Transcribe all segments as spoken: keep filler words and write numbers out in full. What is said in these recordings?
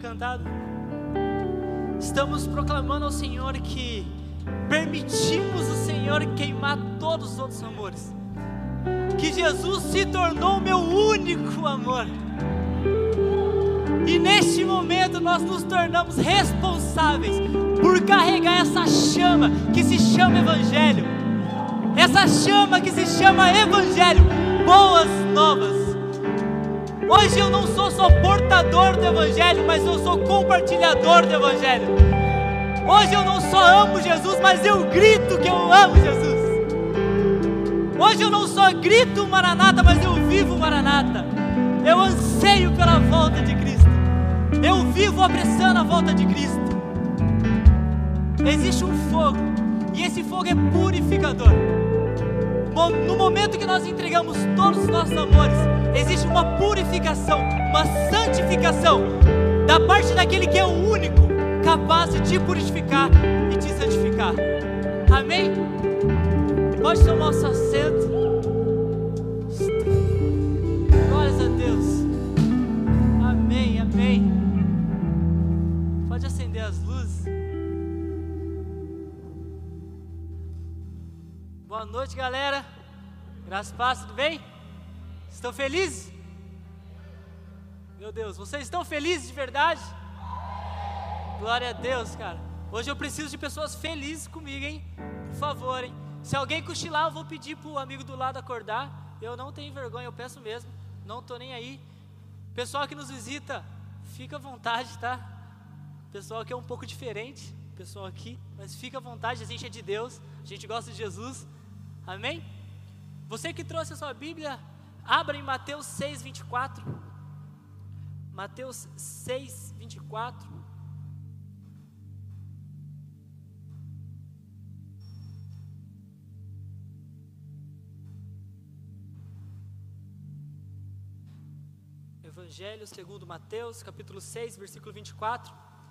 cantado. Estamos proclamando ao Senhor que permitimos o Senhor queimar todos os outros amores, que Jesus se tornou o meu único amor. E neste momento nós nos tornamos responsáveis por carregar essa chama que se chama Evangelho. Essa chama que se chama Evangelho, boas novas. Hoje eu não sou só portador do Evangelho, mas eu sou compartilhador do Evangelho. Hoje eu não só amo Jesus, mas eu grito que eu amo Jesus. Hoje eu não só grito Maranata, mas eu vivo Maranata. Eu anseio pela volta de Cristo. Eu vivo apressando a volta de Cristo. Existe um fogo, e esse fogo é purificador. No momento que nós entregamos todos os nossos amores, existe uma purificação, uma santificação da parte daquele que é o único capaz de te purificar e te santificar. Amém? Pode tomar o seu assento. Glórias a Deus. Amém, amém. Pode acender as luzes. Boa noite, galera. Graças a Deus, tudo bem? Estão felizes? Meu Deus, vocês estão felizes de verdade? Glória a Deus, cara. Hoje eu preciso de pessoas felizes comigo, hein? Por favor, hein? Se alguém cochilar, eu vou pedir pro amigo do lado acordar. Eu não tenho vergonha, eu peço mesmo. Não tô nem aí. Pessoal que nos visita, fica à vontade, tá? Pessoal que é um pouco diferente, pessoal aqui, mas fica à vontade, a gente é de Deus, a gente gosta de Jesus. Amém? Você que trouxe a sua Bíblia, abra em Mateus seis, vinte e quatro. Mateus seis, vinte e quatro. Evangelho segundo Mateus, capítulo seis, versículo vinte e quatro.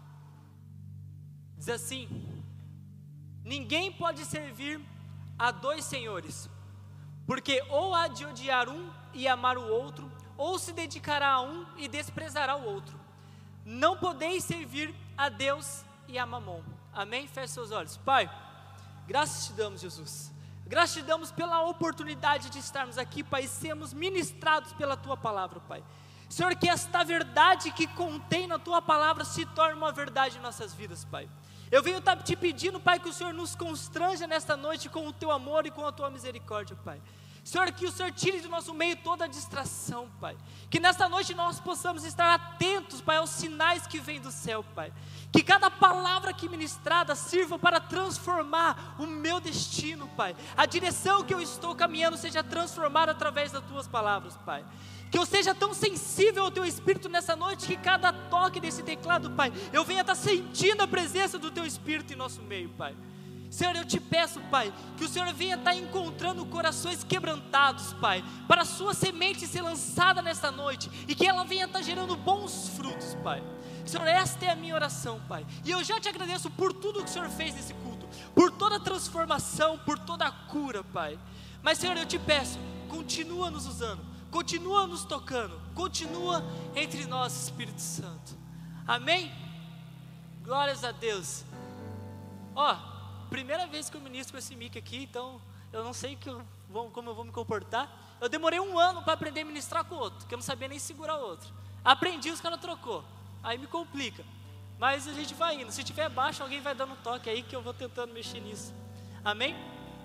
Diz assim: ninguém pode servir a dois senhores, porque ou há de odiar um e amar o outro, ou se dedicará a um e desprezará o outro. Não podeis servir a Deus e a Mamon. Amém? Feche seus olhos. Pai, graças te damos, Jesus. Graças te damos pela oportunidade de estarmos aqui, Pai, e sermos ministrados pela Tua palavra, Pai. Senhor, que esta verdade que contém na Tua palavra se torne uma verdade em nossas vidas, Pai. Eu venho estar te pedindo, Pai, que o Senhor nos constranja nesta noite com o Teu amor e com a Tua misericórdia, Pai. Senhor, que o Senhor tire do nosso meio toda a distração, Pai. Que nesta noite nós possamos estar atentos, Pai, aos sinais que vêm do céu, Pai. Que cada palavra aqui ministrada sirva para transformar o meu destino, Pai. A direção que eu estou caminhando seja transformada através das Tuas palavras, Pai. Que eu seja tão sensível ao Teu Espírito nessa noite, que cada toque desse teclado, Pai, eu venha estar sentindo a presença do Teu Espírito em nosso meio, Pai. Senhor, eu te peço, Pai, que o Senhor venha estar encontrando corações quebrantados, Pai, para a sua semente ser lançada nesta noite, e que ela venha estar gerando bons frutos, Pai. Senhor, esta é a minha oração, Pai, e eu já te agradeço por tudo que o Senhor fez nesse culto, por toda a transformação, por toda a cura, Pai. Mas, Senhor, eu te peço, continua nos usando, continua nos tocando, continua entre nós, Espírito Santo. Amém? Glórias a Deus. Ó, primeira vez que eu ministro com esse mic aqui, então eu não sei que eu vou, como eu vou me comportar. Eu demorei um ano para aprender a ministrar com o outro, que eu não sabia nem segurar o outro. Aprendi, os caras trocou, aí me complica. Mas a gente vai indo, se tiver baixo alguém vai dando um toque aí que eu vou tentando mexer nisso. Amém?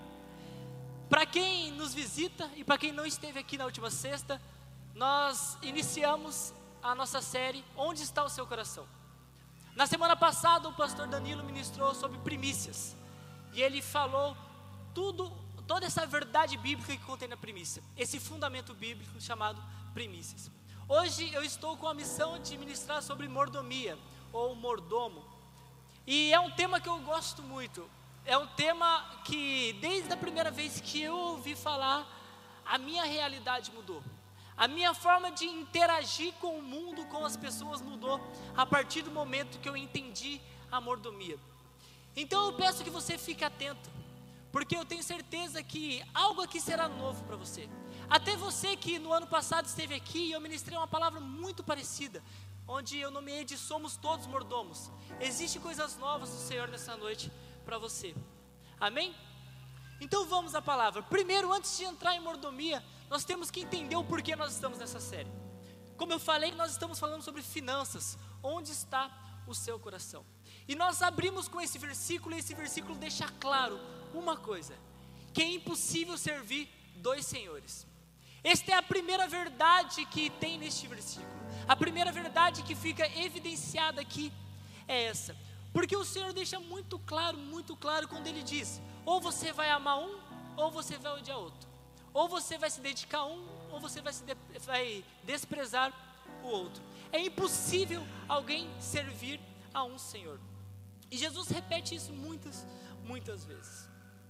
Para quem nos visita e para quem não esteve aqui na última sexta, nós iniciamos a nossa série Onde está o seu coração? Na semana passada o pastor Danilo ministrou sobre primícias. E ele falou tudo, toda essa verdade bíblica que contém na primícia, esse fundamento bíblico chamado primícias. Hoje eu estou com a missão de ministrar sobre mordomia, ou mordomo. E é um tema que eu gosto muito. É um tema que desde a primeira vez que eu ouvi falar, a minha realidade mudou. A minha forma de interagir com o mundo, com as pessoas mudou a partir do momento que eu entendi a mordomia. Então eu peço que você fique atento, porque eu tenho certeza que algo aqui será novo para você. Até você que no ano passado esteve aqui e eu ministrei uma palavra muito parecida, onde eu nomeei de somos todos mordomos. Existem coisas novas do Senhor nessa noite para você. Amém? Então vamos à palavra. Primeiro, antes de entrar em mordomia, nós temos que entender o porquê nós estamos nessa série. Como eu falei, nós estamos falando sobre finanças. Onde está o seu coração? E nós abrimos com esse versículo, e esse versículo deixa claro uma coisa: que é impossível servir dois senhores. Esta é a primeira verdade que tem neste versículo. A primeira verdade que fica evidenciada aqui é essa. Porque o Senhor deixa muito claro, muito claro quando Ele diz: ou você vai amar um, ou você vai odiar outro. Ou você vai se dedicar a um, ou você vai, se de, vai desprezar o outro. É impossível alguém servir a um Senhor. E Jesus repete isso muitas, muitas vezes.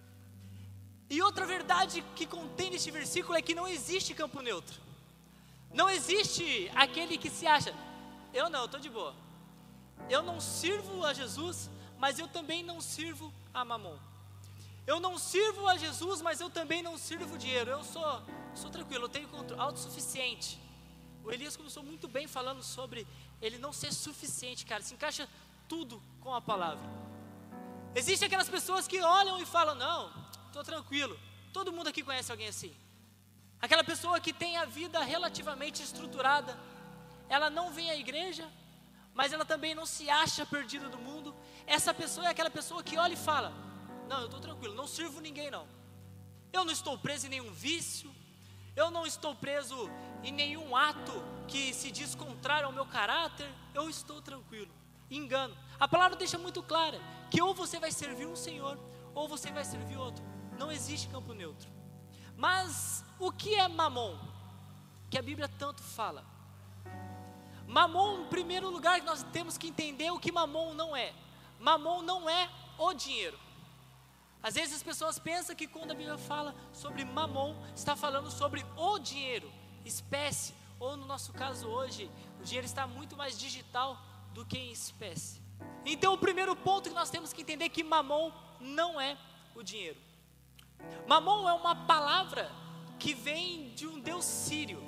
E outra verdade que contém neste versículo é que não existe campo neutro. Não existe aquele que se acha: eu não, eu estou de boa. Eu não sirvo a Jesus, mas eu também não sirvo a Mamon. Eu não sirvo a Jesus, mas eu também não sirvo o dinheiro. Eu sou, sou tranquilo, eu tenho controle, autossuficiente. O Elias começou muito bem falando sobre ele não ser suficiente, cara. Se encaixa tudo com a palavra. Existem aquelas pessoas que olham e falam: não, estou tranquilo. Todo mundo aqui conhece alguém assim. Aquela pessoa que tem a vida relativamente estruturada. Ela não vem à igreja, mas ela também não se acha perdida do mundo. Essa pessoa é aquela pessoa que olha e fala: não, eu estou tranquilo, não sirvo ninguém não. Eu não estou preso em nenhum vício. Eu não estou preso em nenhum ato que se diz contrário ao meu caráter. Eu estou tranquilo. Engano. A palavra deixa muito clara que ou você vai servir um Senhor, ou você vai servir outro. Não existe campo neutro. Mas o que é mamon? Que a Bíblia tanto fala. Mamon, em primeiro lugar, nós temos que entender o que mamon não é. Mamon não é o dinheiro. Às vezes as pessoas pensam que quando a Bíblia fala sobre mamon, está falando sobre o dinheiro, espécie, ou no nosso caso hoje, o dinheiro está muito mais digital do que em espécie. Então o primeiro ponto que nós temos que entender é que mamon não é o dinheiro. Mamon é uma palavra que vem de um deus sírio,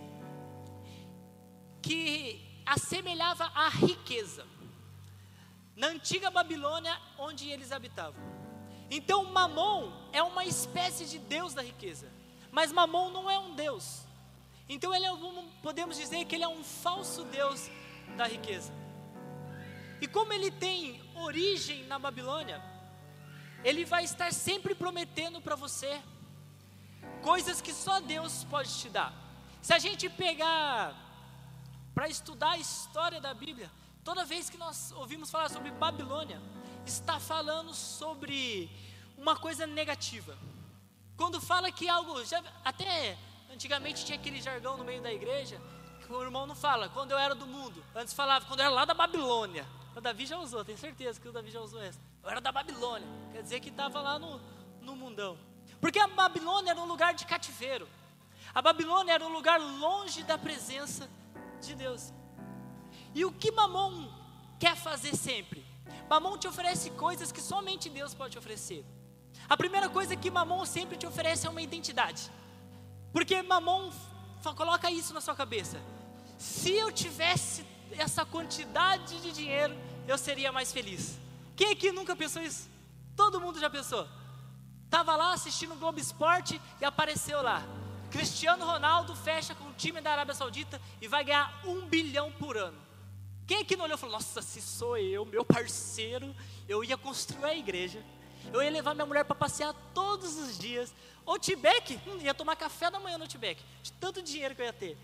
que assemelhava à riqueza, na antiga Babilônia onde eles habitavam. Então Mamon é uma espécie de deus da riqueza, mas Mamon não é um deus. Então ele é, podemos dizer que ele é um falso deus da riqueza. E como ele tem origem na Babilônia, ele vai estar sempre prometendo para você coisas que só Deus pode te dar. Se a gente pegar para estudar a história da Bíblia, toda vez que nós ouvimos falar sobre Babilônia, está falando sobre uma coisa negativa. Quando fala que algo, já, até antigamente tinha aquele jargão no meio da igreja, que o irmão não fala, quando eu era do mundo. Antes falava, quando eu era lá da Babilônia. O Davi já usou, tenho certeza que o Davi já usou essa. Eu era da Babilônia, quer dizer que estava lá no, no mundão. Porque a Babilônia era um lugar de cativeiro. A Babilônia era um lugar longe da presença de Deus. E o que Mamon quer fazer sempre? Mamon te oferece coisas que somente Deus pode te oferecer. A primeira coisa que Mamon sempre te oferece é uma identidade. Porque Mamon coloca isso na sua cabeça: se eu tivesse essa quantidade de dinheiro, eu seria mais feliz. Quem aqui nunca pensou isso? Todo mundo já pensou. Estava lá assistindo o Globo Esporte e apareceu lá: Cristiano Ronaldo fecha com o time da Arábia Saudita e vai ganhar um bilhão por ano. Quem aqui não olhou e falou: nossa, se sou eu, meu parceiro, eu ia construir a igreja, eu ia levar minha mulher para passear todos os dias. O Outback, hum, ia tomar café da manhã no Outback, de tanto dinheiro que eu ia ter.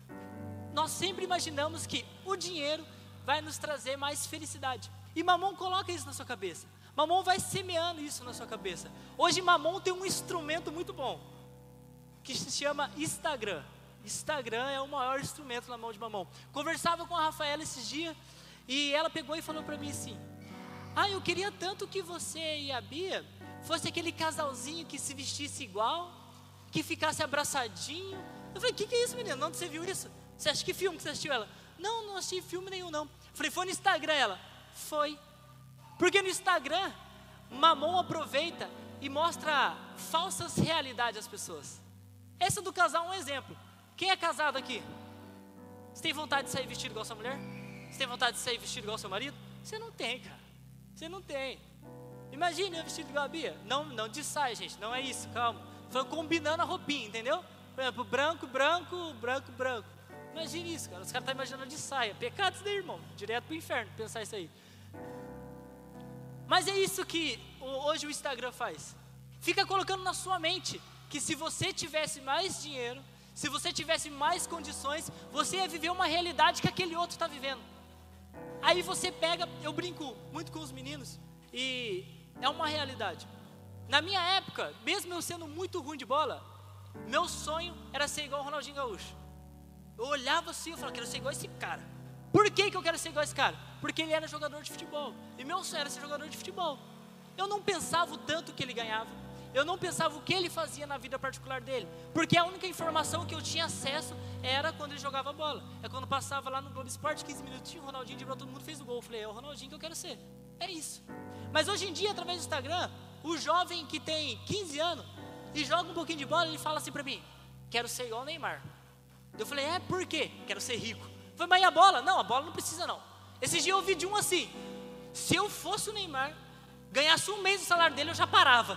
Nós sempre imaginamos que o dinheiro vai nos trazer mais felicidade. E Mamon coloca isso na sua cabeça. Mamon vai semeando isso na sua cabeça. Hoje Mamon tem um instrumento muito bom, que se chama Instagram. Instagram é o maior instrumento na mão de Mamon. Conversava com a Rafaela esses dias, e ela pegou e falou para mim assim: ah, eu queria tanto que você e a Bia fosse aquele casalzinho que se vestisse igual, que ficasse abraçadinho. Eu falei: o que, que é isso, menina? Onde você viu isso? Você acha que filme que você assistiu? Ela: não, não assisti filme nenhum não. Eu falei: foi no Instagram? Ela: foi. Porque no Instagram Mamon aproveita e mostra falsas realidades às pessoas. Essa do casal é um exemplo. Quem é casado aqui? Você tem vontade de sair vestido igual sua mulher? Você tem vontade de sair vestido igual seu marido? Você não tem, cara. Você não tem. Imagine eu vestido igual a Bia. Não, não de saia, gente. Não é isso, calma. Foi combinando a roupinha, entendeu? Por exemplo, branco, branco, branco, branco. Imagine isso, cara. Os caras estão imaginando de saia. Pecado isso daí, irmão. Direto pro inferno, pensar isso aí. Mas é isso que hoje o Instagram faz. Fica colocando na sua mente que se você tivesse mais dinheiro, se você tivesse mais condições, você ia viver uma realidade que aquele outro está vivendo. Aí você pega, eu brinco muito com os meninos, e é uma realidade. Na minha época, mesmo eu sendo muito ruim de bola, meu sonho era ser igual o Ronaldinho Gaúcho. Eu olhava assim e falava, quero ser igual esse cara. Por que que eu quero ser igual esse cara? Porque ele era jogador de futebol, e meu sonho era ser jogador de futebol. Eu não pensava o tanto que ele ganhava, eu não pensava o que ele fazia na vida particular dele, porque a única informação que eu tinha acesso era quando ele jogava bola. É quando passava lá no Globo Esporte, quinze minutinhos, o Ronaldinho driblou todo mundo, fez o gol. Eu falei, é o Ronaldinho que eu quero ser, é isso. Mas hoje em dia, através do Instagram, o jovem que tem quinze anos e joga um pouquinho de bola, ele fala assim pra mim, quero ser igual o Neymar. Eu falei, é, por quê? Quero ser rico. Eu falei, mas e a bola? Não, a bola não precisa não. Esses dias eu ouvi de um assim, se eu fosse o Neymar, ganhasse um mês do salário dele, eu já parava.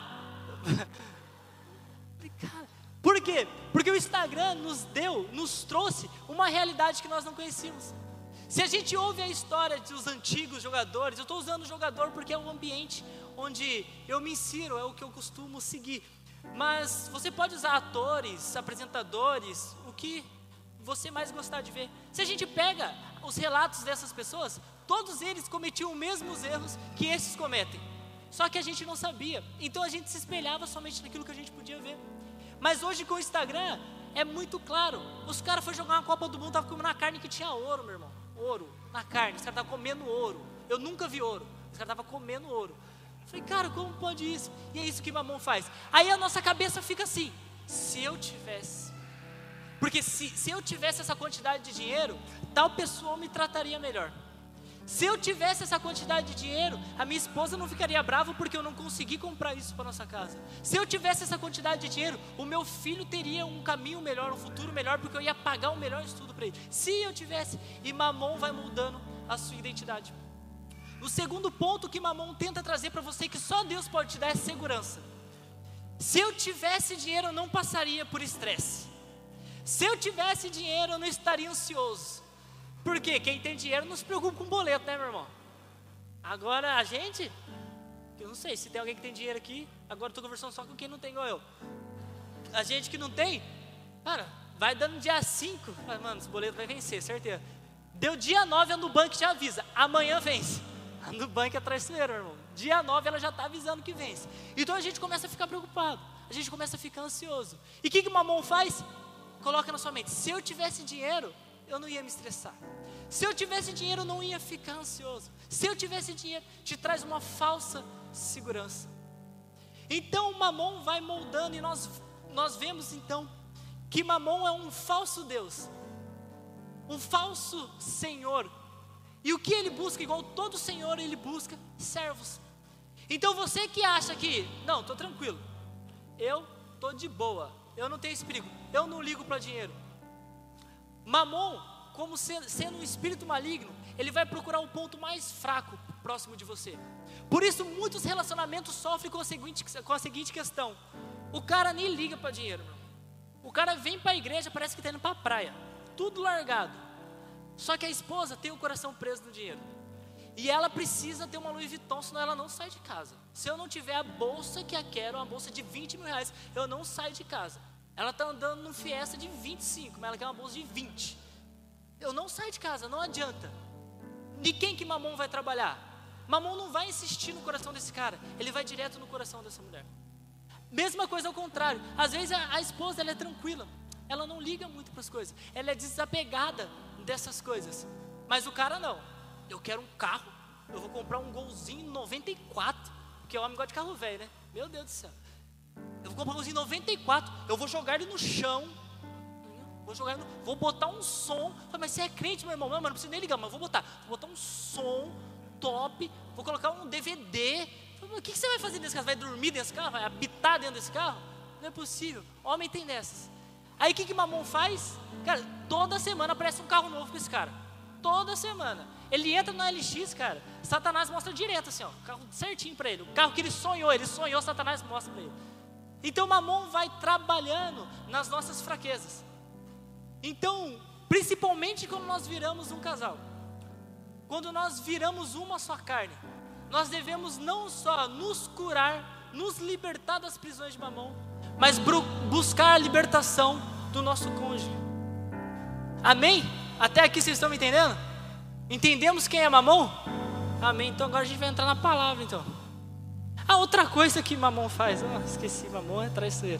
Por quê? Porque o Instagram nos deu, nos trouxe uma realidade que nós não conhecíamos. Se a gente ouve a história dos antigos jogadores, eu estou usando jogador porque é o ambiente onde eu me insiro, é o que eu costumo seguir. Mas você pode usar atores, apresentadores, o que você mais gostar de ver. Se a gente pega os relatos dessas pessoas, todos eles cometiam os mesmos erros que esses cometem. Só que a gente não sabia, então a gente se espelhava somente naquilo que a gente podia ver. Mas hoje com o Instagram é muito claro. Os caras foram jogar uma Copa do Mundo, estavam comendo uma carne que tinha ouro, meu irmão. Ouro, na carne, os caras estavam comendo ouro. Eu nunca vi ouro, os caras estavam comendo ouro. Eu falei, cara, como pode isso? E é isso que Mamon faz. Aí a nossa cabeça fica assim, se eu tivesse, porque se, se eu tivesse essa quantidade de dinheiro, tal pessoa me trataria melhor. Se eu tivesse essa quantidade de dinheiro, a minha esposa não ficaria brava porque eu não consegui comprar isso para nossa casa. Se eu tivesse essa quantidade de dinheiro, o meu filho teria um caminho melhor, um futuro melhor, porque eu ia pagar o melhor estudo para ele. Se eu tivesse, e Mamon vai moldando a sua identidade. O segundo ponto que Mamon tenta trazer para você, que só Deus pode te dar, é segurança. Se eu tivesse dinheiro, eu não passaria por estresse. Se eu tivesse dinheiro, eu não estaria ansioso. Porque quem tem dinheiro não se preocupa com boleto, né, meu irmão? Agora a gente, eu não sei se tem alguém que tem dinheiro aqui, agora eu estou conversando só com quem não tem igual eu. A gente que não tem, cara, vai dando dia cinco, mano, esse boleto vai vencer, certeza. Deu dia nove, a Nubank já avisa, amanhã vence. A Nubank é traiçoeira, meu irmão. Dia nove ela já está avisando que vence. Então a gente começa a ficar preocupado, a gente começa a ficar ansioso. E o que que o Mamon faz? Coloca na sua mente, se eu tivesse dinheiro, eu não ia me estressar. Se eu tivesse dinheiro, eu não ia ficar ansioso. Se eu tivesse dinheiro, te traz uma falsa segurança. Então o Mamon vai moldando, e nós, nós vemos então que Mamon é um falso Deus, um falso Senhor. E o que ele busca, igual todo Senhor, ele busca servos. Então você que acha que, não, estou tranquilo, eu estou de boa, eu não tenho esse perigo, eu não ligo para dinheiro. Mamon, como sendo um espírito maligno, ele vai procurar o ponto mais fraco próximo de você. Por isso muitos relacionamentos sofrem com a seguinte, com a seguinte questão: o cara nem liga para dinheiro, meu. O cara vem para a igreja, parece que está indo para a praia, tudo largado. Só que a esposa tem o coração preso no dinheiro, e ela precisa ter uma Louis Vuitton, senão ela não sai de casa. Se eu não tiver a bolsa que eu quero, uma bolsa de vinte mil reais, eu não saio de casa. Ela está andando num Fiesta de vinte e cinco, mas ela quer uma bolsa de vinte. Eu não saio de casa, não adianta. De quem que Mamon vai trabalhar? Mamon não vai insistir no coração desse cara, ele vai direto no coração dessa mulher. Mesma coisa ao contrário. Às vezes a, a esposa, ela é tranquila, ela não liga muito para as coisas, ela é desapegada dessas coisas. Mas o cara não. Eu quero um carro, eu vou comprar um Golzinho noventa e quatro, porque o homem gosta de carro velho, né? Meu Deus do céu. Eu vou comprar um Golzinho noventa e quatro, eu vou jogar ele no chão. Vou jogar, vou botar um som. Mas você é crente, meu irmão? Não, mas não precisa nem ligar, mas vou botar. Vou botar um som top. Vou colocar um D V D. O que você vai fazer nesse carro? Vai dormir nesse carro? Vai habitar dentro desse carro? Não é possível. Homem tem dessas. Aí o que que Mamon faz? Cara, toda semana aparece um carro novo com esse cara. Toda semana. Ele entra no L X, cara, Satanás mostra direto assim, ó, o carro certinho para ele. O carro que ele sonhou, ele sonhou, Satanás mostra para ele. Então Mamon vai trabalhando nas nossas fraquezas. Então, principalmente quando nós viramos um casal, quando nós viramos uma só carne, nós devemos não só nos curar, nos libertar das prisões de Mamon, mas buscar a libertação do nosso cônjuge. Amém? Até aqui vocês estão me entendendo? Entendemos quem é Mamon? Amém. Então agora a gente vai entrar na palavra então. A outra coisa que Mamon faz, oh, esqueci, Mamon é traiçoeiro.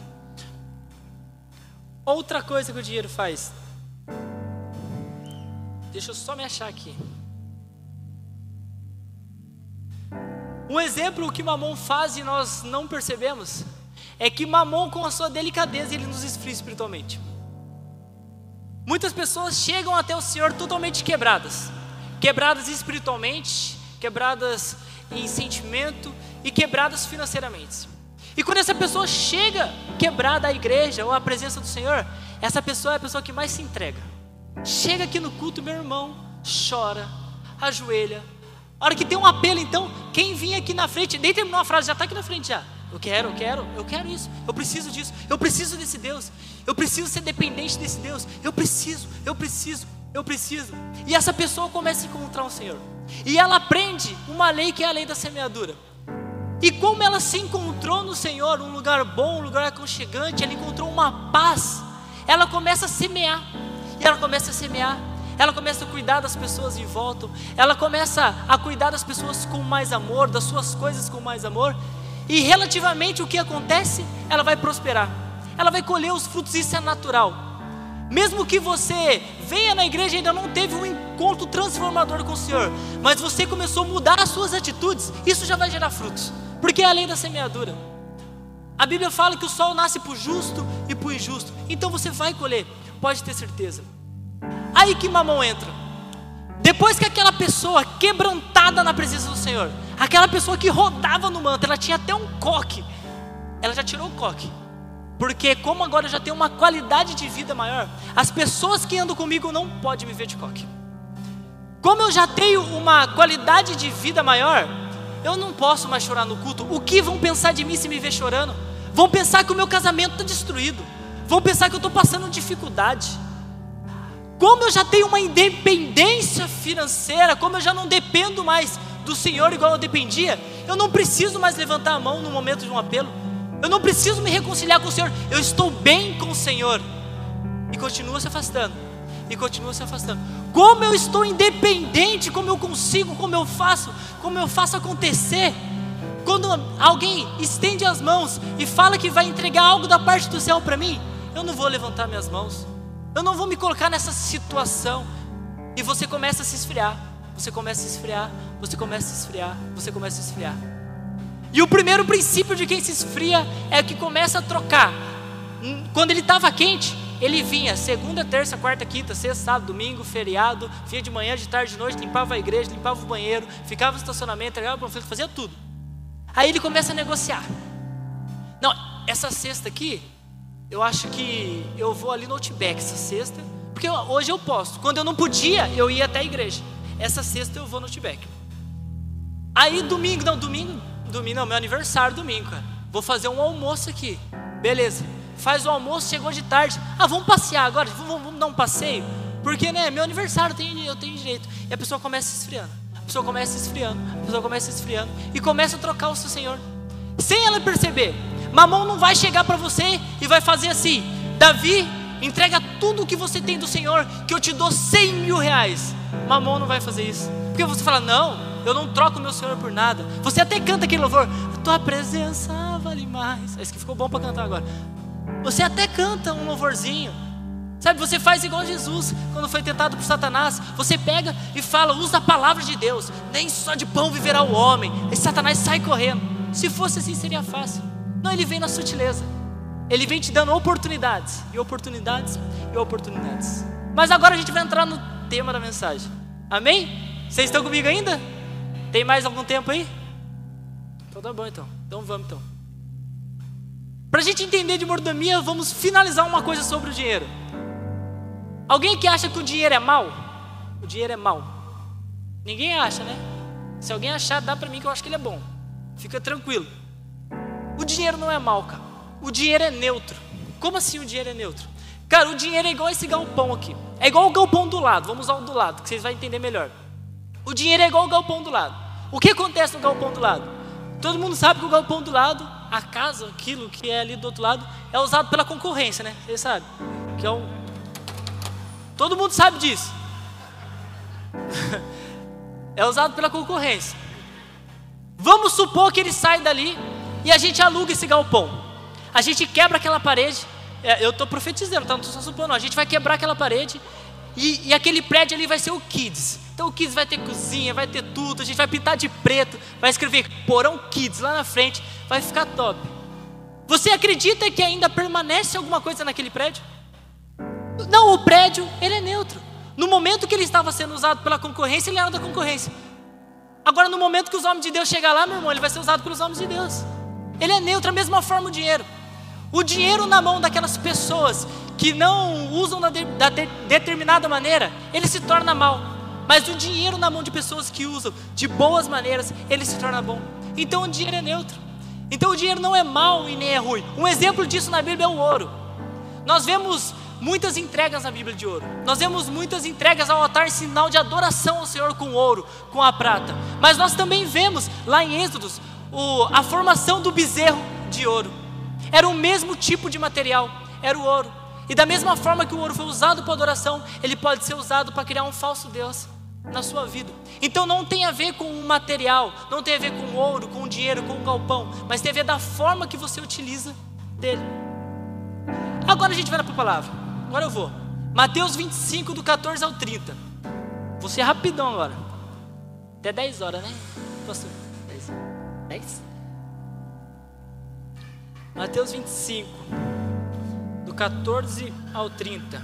Outra coisa que o dinheiro faz. Deixa eu só me achar aqui. Um exemplo que Mamon faz e nós não percebemos é que Mamon, com a sua delicadeza, ele nos esfria espiritualmente. Muitas pessoas chegam até o Senhor totalmente quebradas. Quebradas espiritualmente, quebradas em sentimento e quebradas financeiramente. E quando essa pessoa chega quebrada à igreja ou à presença do Senhor, essa pessoa é a pessoa que mais se entrega. Chega aqui no culto, meu irmão, chora, ajoelha. A hora que tem um apelo, então, quem vinha aqui na frente, nem terminou a frase, já está aqui na frente já. Eu quero, eu quero, eu quero isso, eu preciso disso, eu preciso desse Deus, eu preciso ser dependente desse Deus, eu preciso, eu preciso, eu preciso. E essa pessoa começa a encontrar o Senhor. E ela aprende uma lei que é a lei da semeadura. E como ela se encontrou no Senhor, um lugar bom, um lugar aconchegante, ela encontrou uma paz, ela começa a semear. E ela começa a semear, ela começa a cuidar das pessoas em volta, ela começa a cuidar das pessoas com mais amor, das suas coisas com mais amor. E relativamente o que acontece? Ela vai prosperar, ela vai colher os frutos, isso é natural. Mesmo que você venha na igreja e ainda não teve um encontro transformador com o Senhor, mas você começou a mudar as suas atitudes, isso já vai gerar frutos, porque é a lei da semeadura. A Bíblia fala que o sol nasce para o justo e para o injusto, então você vai colher, pode ter certeza. Aí que Mamon entra. Depois que aquela pessoa quebrantada na presença do Senhor, aquela pessoa que rodava no manto, ela tinha até um coque, ela já tirou o coque, porque como agora eu já tenho uma qualidade de vida maior, as pessoas que andam comigo não podem me ver de coque. Como eu já tenho uma qualidade de vida maior, eu não posso mais chorar no culto. O que vão pensar de mim se me ver chorando? Vão pensar que o meu casamento está destruído, vão pensar que eu estou passando dificuldade. Como eu já tenho uma independência financeira, como eu já não dependo mais do Senhor igual eu dependia, eu não preciso mais levantar a mão no momento de um apelo, eu não preciso me reconciliar com o Senhor, eu estou bem com o Senhor. E continua se afastando, e continua se afastando. Como eu estou independente, como eu consigo, como eu faço, como eu faço acontecer. Quando alguém estende as mãos e fala que vai entregar algo da parte do céu para mim, eu não vou levantar minhas mãos, eu não vou me colocar nessa situação. E você começa a se esfriar, você começa a se esfriar, você começa a se esfriar, você começa a se esfriar. E o primeiro princípio de quem se esfria é que começa a trocar. Quando ele estava quente, ele vinha segunda, terça, quarta, quinta, sexta, sábado, domingo, feriado, vinha de manhã, de tarde, de noite, limpava a igreja, limpava o banheiro, ficava no estacionamento, entregava o panfleto, fazia tudo. Aí ele começa a negociar. Não, essa sexta aqui, eu acho que eu vou ali no Outback essa sexta, porque hoje eu posso. Quando eu não podia, eu ia até a igreja. Essa sexta eu vou no Outback. Aí domingo, não, domingo, domingo não, meu aniversário domingo, cara. Vou fazer um almoço aqui. Beleza, faz o almoço, chegou de tarde. Ah, vamos passear agora, vamos, vamos dar um passeio. Porque, né, meu aniversário, eu tenho, eu tenho direito. E a pessoa começa se esfriando. A pessoa começa se esfriando, a pessoa começa se esfriando. E começa a trocar o seu Senhor. Sem ela perceber. Mamon não vai chegar para você e vai fazer assim: Davi, entrega tudo o que você tem do Senhor, que eu te dou cem mil reais. Mamon não vai fazer isso. Porque você fala: não, eu não troco o meu Senhor por nada. Você até canta aquele louvor: a tua presença vale mais. Esse que ficou bom para cantar agora. Você até canta um louvorzinho. Sabe, você faz igual Jesus, quando foi tentado por Satanás. Você pega e fala, usa a palavra de Deus: nem só de pão viverá o homem. E Satanás sai correndo. Se fosse assim seria fácil. Não, ele vem na sutileza. Ele vem te dando oportunidades, e oportunidades, e oportunidades. Mas agora a gente vai entrar no tema da mensagem. Amém? Vocês estão comigo ainda? Tem mais algum tempo aí? Então tá bom então, então vamos então. Para a gente entender de mordomia, vamos finalizar uma coisa sobre o dinheiro. Alguém que acha que o dinheiro é mau? O dinheiro é mau. Ninguém acha, né? Se alguém achar, dá para mim que eu acho que ele é bom. Fica tranquilo. O dinheiro não é mal, cara. O dinheiro é neutro. Como assim o dinheiro é neutro? Cara, o dinheiro é igual esse galpão aqui. É igual o galpão do lado. Vamos usar o do lado, que vocês vão entender melhor. O dinheiro é igual o galpão do lado. O que acontece no galpão do lado? Todo mundo sabe que o galpão do lado, a casa, aquilo que é ali do outro lado, é usado pela concorrência, né? Vocês sabem. Que é um... Todo mundo sabe disso. É usado pela concorrência. Vamos supor que ele sai dali e a gente aluga esse galpão. A gente quebra aquela parede. É, eu estou profetizando, tá? Não estou só supondo. Não. A gente vai quebrar aquela parede e, e aquele prédio ali vai ser o Kids. Então o Kids vai ter cozinha, vai ter tudo. A gente vai pintar de preto, vai escrever Porão Kids lá na frente. Vai ficar top. Você acredita que ainda permanece alguma coisa naquele prédio? Não, o prédio, ele é neutro. No momento que ele estava sendo usado pela concorrência, ele era da concorrência. Agora, no momento que os homens de Deus chegar lá, meu irmão, ele vai ser usado pelos homens de Deus. Ele é neutro, da mesma forma o dinheiro. O dinheiro na mão daquelas pessoas que não usam da, de, da de, determinada maneira, ele se torna mal. Mas o dinheiro na mão de pessoas que usam de boas maneiras, ele se torna bom. Então o dinheiro é neutro. Então o dinheiro não é mal e nem é ruim. Um exemplo disso na Bíblia é o ouro. Nós vemos muitas entregas na Bíblia de ouro. Nós vemos muitas entregas ao altar em sinal de adoração ao Senhor com ouro, com a prata. Mas nós também vemos lá em Êxodos o, a formação do bezerro de ouro. Era o mesmo tipo de material, era o ouro. E da mesma forma que o ouro foi usado para adoração, ele pode ser usado para criar um falso Deus na sua vida. Então não tem a ver com o material, não tem a ver com o ouro, com o dinheiro, com o galpão, mas tem a ver da forma que você utiliza dele. Agora a gente vai para a palavra. Agora eu vou. Mateus vinte e cinco, do catorze ao trinta. Vou ser rapidão agora. Até dez horas, né? Pastor? dez? dez? Mateus vinte e cinco, do catorze ao trinta.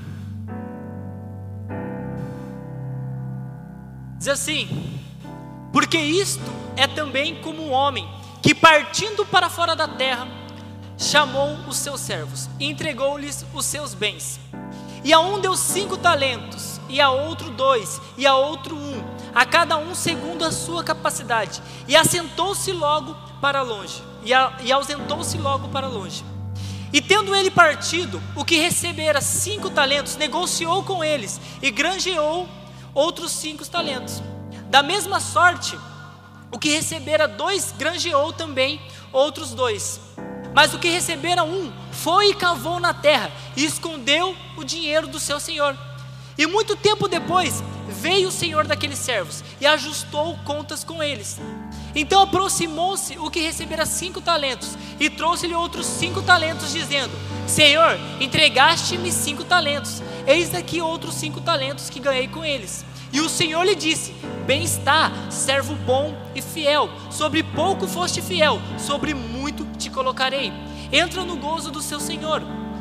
Diz assim: porque isto é também como um homem que, partindo para fora da terra, chamou os seus servos e entregou-lhes os seus bens. E a um deu cinco talentos, e a outro dois, e a outro um, a cada um segundo a sua capacidade. E assentou-se logo para longe, e, a, e ausentou-se logo para longe. E tendo ele partido, o que recebera cinco talentos, negociou com eles, e granjeou outros cinco talentos. Da mesma sorte, o que recebera dois, granjeou também outros dois. Mas o que recebera um, foi e cavou na terra, e escondeu o dinheiro do seu senhor. E muito tempo depois, veio o senhor daqueles servos, e ajustou contas com eles. Então aproximou-se o que recebera cinco talentos, e trouxe-lhe outros cinco talentos, dizendo: Senhor, entregaste-me cinco talentos, eis aqui outros cinco talentos que ganhei com eles. E o Senhor lhe disse: bem está, servo bom e fiel, sobre pouco foste fiel, sobre muito te colocarei, entra no gozo do seu Senhor.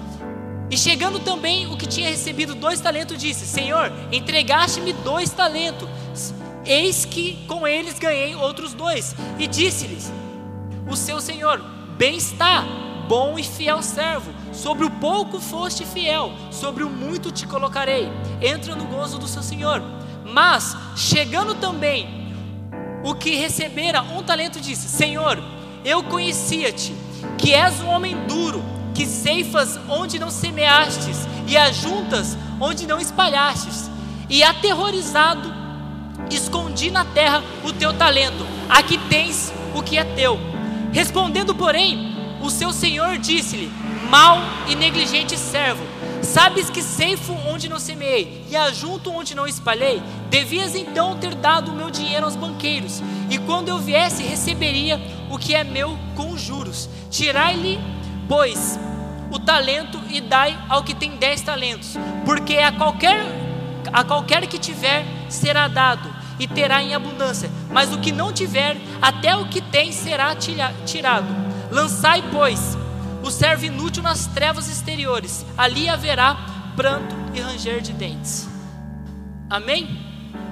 E chegando também o que tinha recebido dois talentos, disse: Senhor, entregaste-me dois talentos, eis que com eles ganhei outros dois. E disse-lhes o seu Senhor: bem está, bom e fiel servo, sobre o pouco foste fiel, sobre o muito te colocarei, entra no gozo do seu Senhor. Mas chegando também o que recebera um talento, disse: Senhor, eu conhecia-te, que és um homem duro, que ceifas onde não semeastes, e ajuntas onde não espalhastes. E aterrorizado, escondi na terra o teu talento, aqui tens o que é teu. Respondendo, porém, o seu senhor disse-lhe: mau e negligente servo, sabes que ceifo onde não semeei, e ajunto onde não espalhei? Devias então ter dado o meu dinheiro aos banqueiros, e quando eu viesse receberia o que é meu com juros. Tirai-lhe, pois, o talento e dai ao que tem dez talentos, porque a qualquer, a qualquer que tiver será dado, e terá em abundância, mas o que não tiver, até o que tem será tirado. Lançai, pois, o servo inútil nas trevas exteriores, ali haverá pranto e ranger de dentes. Amém?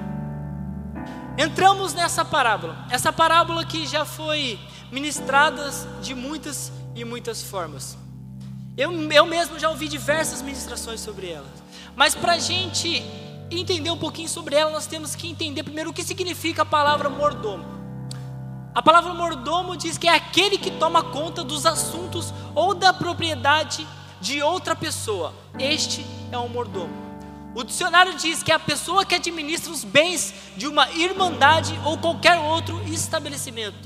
Entramos nessa parábola, essa parábola que já foi ministrada de muitas e muitas formas. Eu, eu mesmo já ouvi diversas ministrações sobre ela, mas para a gente entender um pouquinho sobre ela, nós temos que entender primeiro o que significa a palavra mordomo. A palavra mordomo diz que é aquele que toma conta dos assuntos ou da propriedade de outra pessoa. Este é um mordomo. O dicionário diz que é a pessoa que administra os bens de uma irmandade ou qualquer outro estabelecimento.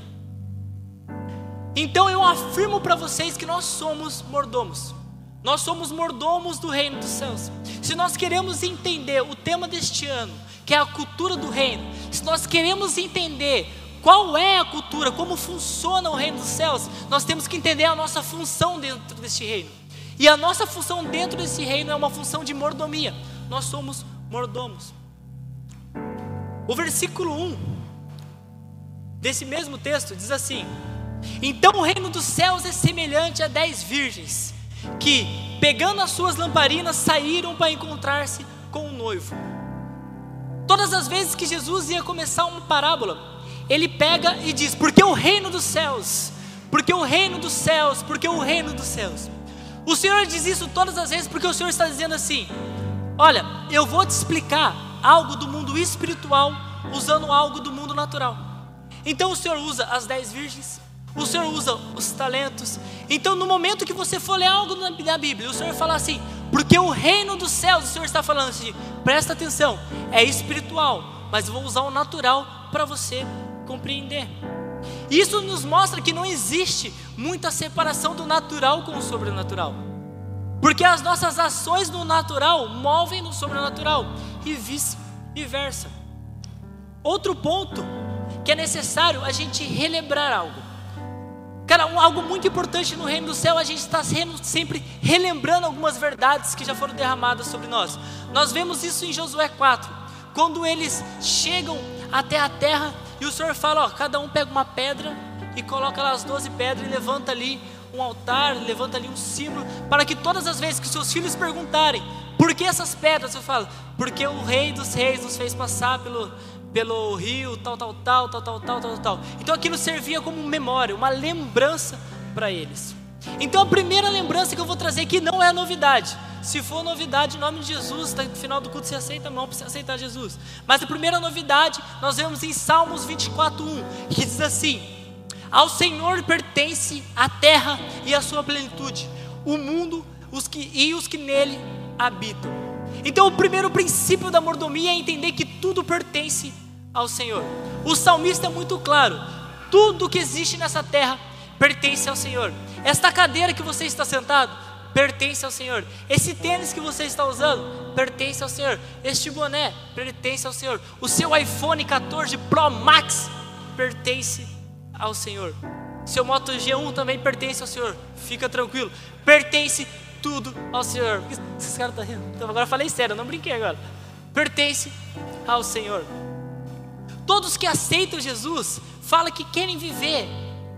Então eu afirmo para vocês que nós somos mordomos. Nós somos mordomos do reino dos céus. Se nós queremos entender o tema deste ano, que é a cultura do reino, se nós queremos entender qual é a cultura, como funciona o reino dos céus, nós temos que entender a nossa função dentro deste reino. E a nossa função dentro desse reino é uma função de mordomia. Nós somos mordomos. O versículo um desse mesmo texto diz assim: então o reino dos céus é semelhante a dez virgens, que pegando as suas lamparinas saíram para encontrar-se com o noivo. Todas as vezes que Jesus ia começar uma parábola, ele pega e diz: porque o reino dos céus, porque o reino dos céus, porque o reino dos céus. O Senhor diz isso todas as vezes porque o Senhor está dizendo assim: olha, eu vou te explicar algo do mundo espiritual usando algo do mundo natural. Então o Senhor usa as dez virgens, o Senhor usa os talentos. Então no momento que você for ler algo na Bíblia, o Senhor fala assim: porque o reino dos céus, o Senhor está falando assim, presta atenção, é espiritual, mas eu vou usar o natural para você compreender. Isso nos mostra que não existe muita separação do natural com o sobrenatural, porque as nossas ações no natural movem no sobrenatural e vice-versa. Outro ponto que é necessário a gente relembrar algo. Cara, um, algo muito importante no reino do céu, a gente está sempre relembrando algumas verdades que já foram derramadas sobre nós. Nós vemos isso em Josué quatro, quando eles chegam até a terra e o Senhor fala: ó, cada um pega uma pedra e coloca lá as doze pedras e levanta ali um altar, levanta ali um símbolo, para que todas as vezes que seus filhos perguntarem por que essas pedras, você fala: porque o rei dos reis nos fez passar pelo, pelo rio, tal, tal, tal, tal, tal, tal, tal, tal. Então aquilo servia como memória, uma lembrança para eles. Então a primeira lembrança que eu vou trazer aqui não é novidade. Se for novidade, em nome de Jesus, tá, no final do culto você aceita a mão para você aceitar Jesus. Mas a primeira novidade nós vemos em Salmos vinte e quatro, um, que diz assim: ao Senhor pertence a terra e a sua plenitude, o mundo os que, e os que nele habitam. Então o primeiro princípio da mordomia é entender que tudo pertence ao Senhor. O salmista é muito claro: tudo que existe nessa terra pertence ao Senhor. Esta cadeira que você está sentado pertence ao Senhor. Esse tênis que você está usando pertence ao Senhor. Este boné pertence ao Senhor. O seu iPhone quatorze Pro Max pertence ao Senhor. Seu Moto G um também pertence ao Senhor. Fica tranquilo, pertence tudo ao Senhor. Esses caras estão rindo. Então agora eu falei sério, eu não brinquei agora. Pertence ao Senhor. Todos que aceitam Jesus falam que querem viver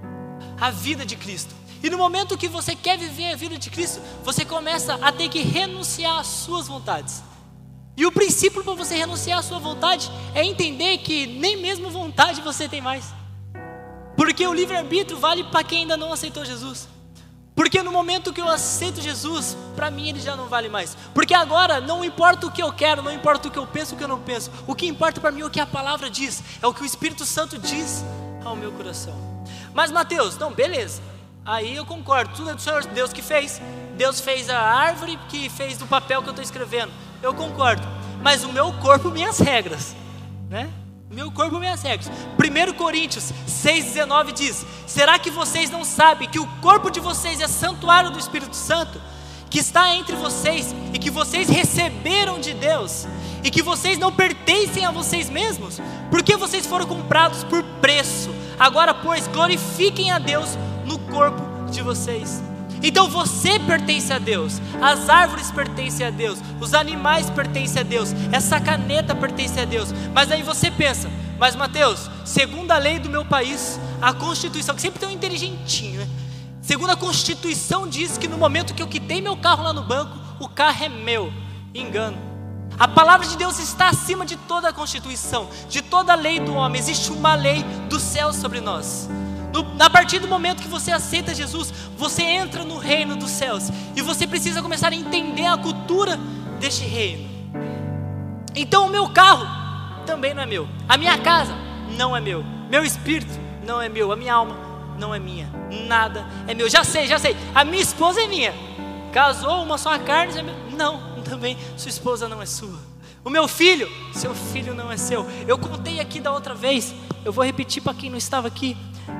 a vida de Cristo. E no momento que você quer viver a vida de Cristo, você começa a ter que renunciar às suas vontades. E o princípio para você renunciar à sua vontade é entender que nem mesmo vontade você tem mais. Porque o livre-arbítrio vale para quem ainda não aceitou Jesus. Porque no momento que eu aceito Jesus, para mim ele já não vale mais. Porque agora não importa o que eu quero, não importa o que eu penso, o que eu não penso. O que importa para mim é o que a palavra diz, é o que o Espírito Santo diz ao meu coração. Mas Mateus, não, beleza. Aí eu concordo, tudo é do Senhor Deus que fez. Deus fez a árvore que fez do papel que eu estou escrevendo. Eu concordo, mas o meu corpo, minhas regras, né? Meu corpo, minhas regras. primeiro Coríntios seis, dezenove diz: será que vocês não sabem que o corpo de vocês é santuário do Espírito Santo, que está entre vocês e que vocês receberam de Deus, e que vocês não pertencem a vocês mesmos, porque vocês foram comprados por preço? Agora, pois, glorifiquem a Deus no corpo de vocês. Então você pertence a Deus, as árvores pertencem a Deus, os animais pertencem a Deus, essa caneta pertence a Deus. Mas aí você pensa: mas Mateus, segundo a lei do meu país, a Constituição, que sempre tem um inteligentinho, né? Segundo a Constituição diz que no momento que eu quitei meu carro lá no banco, o carro é meu. Engano. A palavra de Deus está acima de toda a Constituição, de toda a lei do homem. Existe uma lei do céu sobre nós. No, a partir do momento que você aceita Jesus, você entra no reino dos céus, e você precisa começar a entender a cultura deste reino. Então o meu carro também não é meu, a minha casa não é meu, meu espírito não é meu, a minha alma não é minha, nada é meu. Já sei, já sei, a minha esposa é minha. Casou, uma só carne, é meu. Não, também sua esposa não é sua. O meu filho, seu filho não é seu. Eu contei aqui da outra vez, eu vou repetir para quem não estava aqui.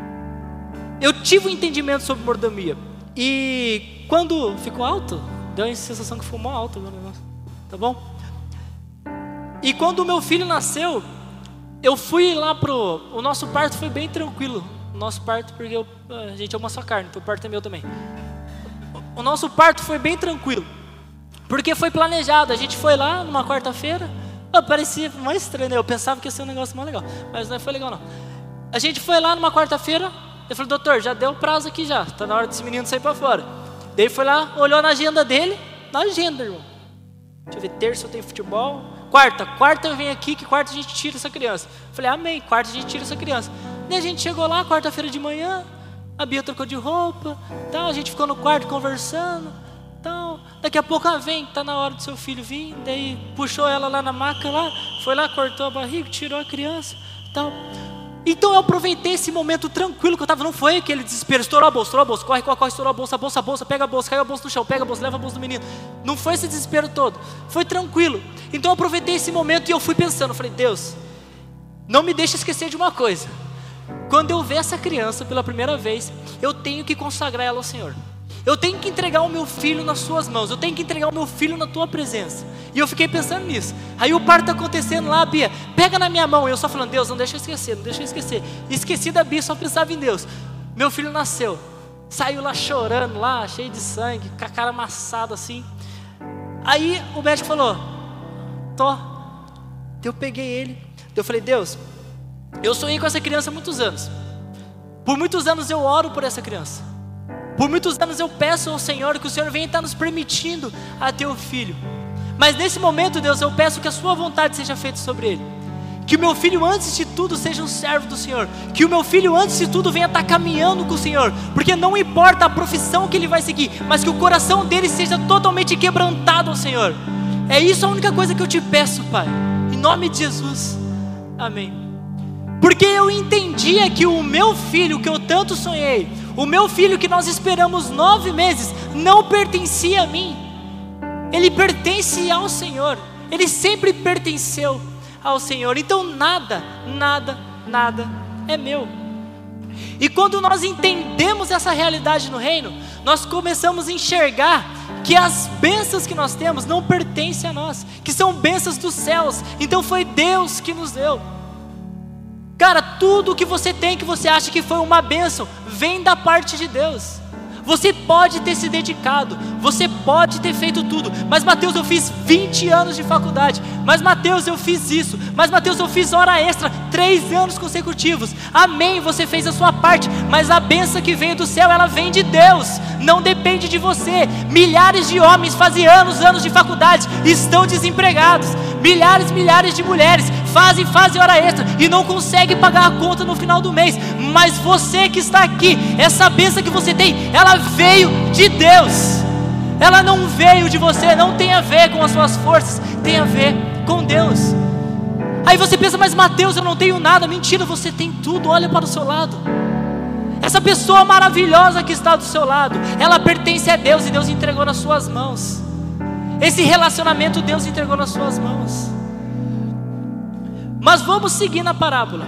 Eu tive um entendimento sobre mordomia. E quando ficou alto, deu a sensação que ficou mó alto agora, tá bom? E quando o meu filho nasceu, eu fui lá pro... O nosso parto foi bem tranquilo. O nosso parto, porque eu, a gente é uma só carne, então o parto é meu também. O nosso parto foi bem tranquilo, porque foi planejado. A gente foi lá numa quarta-feira. Oh, parecia mais estranho, né? Eu pensava que ia ser um negócio mais legal, mas não foi legal não. A gente foi lá numa quarta-feira. Eu falei, doutor, já deu prazo aqui já, tá na hora desse menino sair para fora. Daí ele foi lá, olhou na agenda dele. Na agenda, irmão. Deixa eu ver, terça eu tenho futebol. Quarta, quarta eu venho aqui, que quarta a gente tira essa criança. Eu falei, amém, quarta a gente tira essa criança. Daí a gente chegou lá, quarta-feira de manhã. A Bia trocou de roupa, tal, a gente ficou no quarto conversando, tal. Daqui a pouco ela vem, tá na hora do seu filho vir. Daí puxou ela lá na maca lá, foi lá, cortou a barriga, tirou a criança, tal. Então eu aproveitei esse momento tranquilo que eu estava. Não foi aquele desespero, estourou a bolsa, estourou a bolsa, corre, corre, corre, estourou a bolsa, a bolsa, a bolsa, pega a bolsa, caiu a bolsa no chão, pega a bolsa, leva a bolsa do menino. Não foi esse desespero todo, foi tranquilo. Então eu aproveitei esse momento e eu fui pensando, eu falei, Deus, não me deixa esquecer de uma coisa. Quando eu ver essa criança pela primeira vez, eu tenho que consagrar ela ao Senhor. Eu tenho que entregar o meu filho nas suas mãos. Eu tenho que entregar o meu filho na tua presença. E eu fiquei pensando nisso. Aí o parto está acontecendo lá, a Bia, pega na minha mão. E eu só falando, Deus, não deixa eu esquecer, não deixa eu esquecer. Esqueci da Bia, só pensava em Deus. Meu filho nasceu, saiu lá chorando, lá, cheio de sangue, com a cara amassada assim. Aí o médico falou, tô. Eu peguei ele, eu falei, Deus, eu sonhei com essa criança há muitos anos. Por muitos anos eu oro por essa criança. Por muitos anos eu peço ao Senhor que o Senhor venha estar nos permitindo a ter o filho. Mas nesse momento, Deus, eu peço que a sua vontade seja feita sobre ele. Que o meu filho, antes de tudo, seja um servo do Senhor. Que o meu filho, antes de tudo, venha estar caminhando com o Senhor. Porque não importa a profissão que ele vai seguir, mas que o coração dele seja totalmente quebrantado ao Senhor. É isso a única coisa que eu te peço, Pai. Em nome de Jesus. Amém. Porque eu entendia que o meu filho, que eu tanto sonhei, o meu filho que nós esperamos nove meses, não pertencia a mim. Ele pertence ao Senhor. Ele sempre pertenceu ao Senhor. Então nada, nada, nada é meu. E quando nós entendemos essa realidade no reino, nós começamos a enxergar que as bênçãos que nós temos não pertencem a nós, que são bênçãos dos céus. Então foi Deus que nos deu. Cara, tudo que você tem, que você acha que foi uma bênção, vem da parte de Deus. Você pode ter se dedicado, você pode ter feito tudo. Mas Mateus, eu fiz vinte anos de faculdade. Mas Mateus, eu fiz isso. Mas Mateus, eu fiz hora extra, três anos consecutivos. Amém, você fez a sua parte. Mas a bênção que veio do céu, ela vem de Deus. Não depende de você. Milhares de homens fazem anos, anos de faculdade, estão desempregados. Milhares, milhares de mulheres fazem, fazem hora extra e não conseguem pagar a conta no final do mês. Mas você que está aqui, essa bênção que você tem, ela veio de Deus. Ela não veio de você, não tem a ver com as suas forças, tem a ver com Deus. Aí você pensa, mas Mateus, eu não tenho nada. Mentira, você tem tudo, olha para o seu lado. Essa pessoa maravilhosa que está do seu lado, ela pertence a Deus e Deus entregou nas suas mãos. Esse relacionamento Deus entregou nas suas mãos. Mas vamos seguir na parábola.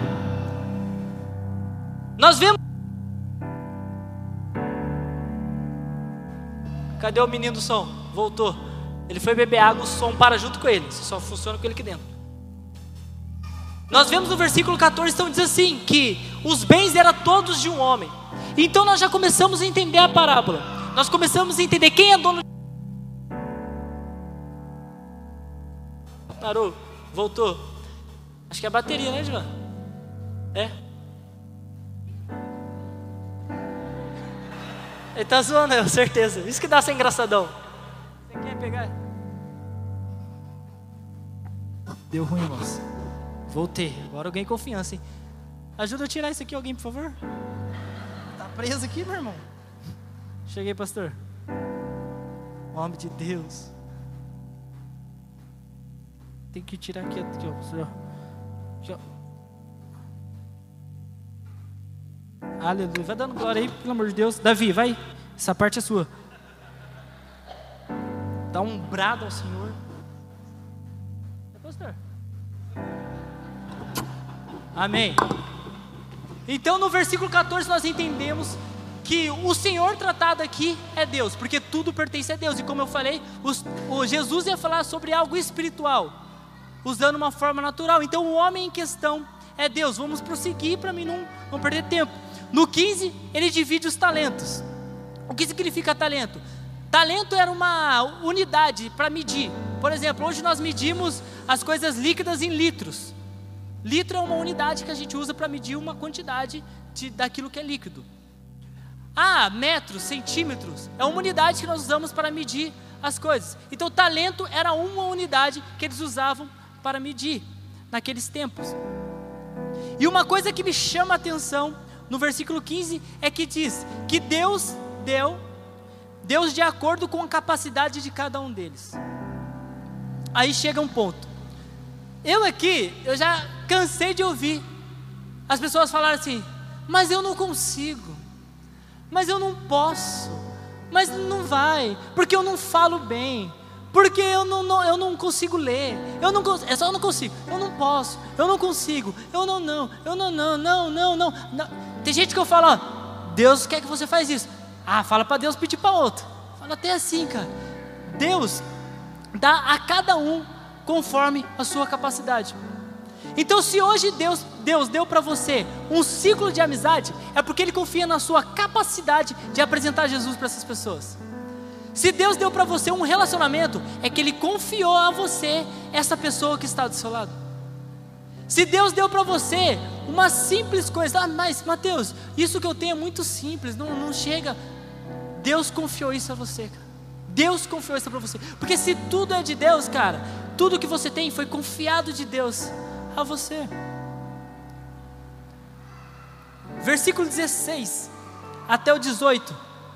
Nós vemos. Cadê o menino do som? Voltou. Ele foi beber água, o som para junto com ele. Só funciona com ele aqui dentro. Nós vemos no versículo quatorze, então diz assim, que os bens eram todos de um homem. Então nós já começamos a entender a parábola. Nós começamos a entender quem é dono. Parou, voltou. Acho que é a bateria, né, João? É. Ele tá zoando, eu, certeza. Isso que dá ser engraçadão. Você quer pegar? Deu ruim, moço. Voltei. Agora eu ganhei confiança, hein? Ajuda eu a tirar isso aqui, alguém, por favor. Tá preso aqui, meu irmão. Cheguei, pastor. Homem de Deus. Tem que tirar aqui, aqui ó. Aqui, ó. Aleluia. Vai dando glória aí, pelo amor de Deus. Davi, vai. Essa parte é sua. Dá um brado ao Senhor. É, pastor? Amém. Então no versículo catorze nós entendemos que o Senhor tratado aqui é Deus, porque tudo pertence a Deus. E como eu falei, os, o Jesus ia falar sobre algo espiritual, usando uma forma natural. Então o homem em questão é Deus. Vamos prosseguir para mim não, não perder tempo. No quinze, ele divide os talentos. O que significa talento? Talento era uma unidade para medir. Por exemplo, hoje nós medimos as coisas líquidas em litros. Litro é uma unidade que a gente usa para medir uma quantidade de, daquilo que é líquido. Ah, metros, centímetros, é uma unidade que nós usamos para medir as coisas. Então talento era uma unidade que eles usavam para medir naqueles tempos. E uma coisa que me chama a atenção no versículo quinze é que diz que Deus deu, Deus de acordo com a capacidade de cada um deles. Aí chega um ponto. Eu aqui, eu já cansei de ouvir as pessoas falarem assim, mas eu não consigo, mas eu não posso, mas não vai, porque eu não falo bem, porque eu não, não, eu não consigo ler, eu não, é só eu não consigo, eu não posso, eu não consigo, eu não, não, eu não, não, não, não, não, não. Tem gente que eu falo, ó, Deus quer que você faz isso, ah, fala para Deus pedir para outro, fala até assim, cara. Deus dá a cada um conforme a sua capacidade. Então se hoje Deus, Deus deu para você um ciclo de amizade, é porque Ele confia na sua capacidade de apresentar Jesus para essas pessoas. Se Deus deu para você um relacionamento, é que Ele confiou a você essa pessoa que está do seu lado. Se Deus deu para você uma simples coisa, ah, mas Mateus, isso que eu tenho é muito simples, não, não chega. Deus confiou isso a você, cara. Deus confiou isso para você, porque se tudo é de Deus, cara, tudo que você tem foi confiado de Deus a você. Versículo dezesseis até o dezoito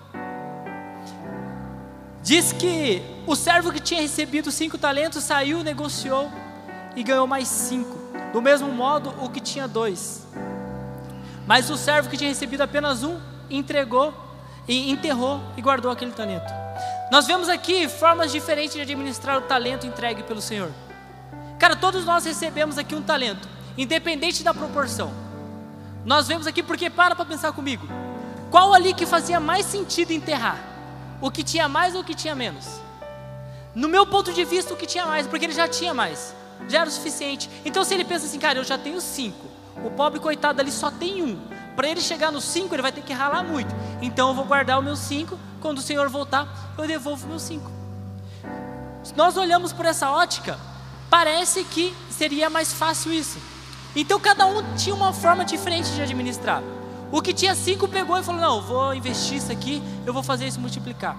diz que o servo que tinha recebido cinco talentos saiu, negociou e ganhou mais cinco. Do mesmo modo, o que tinha dois. Mas o servo que tinha recebido apenas um entregou e enterrou e guardou aquele talento. Nós vemos aqui formas diferentes de administrar o talento entregue pelo Senhor. Cara, todos nós recebemos aqui um talento, independente da proporção. Nós vemos aqui porque, para para pensar comigo, qual ali que fazia mais sentido enterrar? O que tinha mais ou o que tinha menos? No meu ponto de vista, o que tinha mais, porque ele já tinha mais, já era o suficiente. Então se ele pensa assim, cara, eu já tenho cinco, o pobre coitado ali só tem um, para ele chegar nos cinco ele vai ter que ralar muito, então eu vou guardar os meus cinco, quando o Senhor voltar eu devolvo meus cinco. Se nós olhamos por essa ótica, parece que seria mais fácil isso. Então cada um tinha uma forma diferente de administrar. O que tinha cinco pegou e falou, não, eu vou investir isso aqui, eu vou fazer isso multiplicar.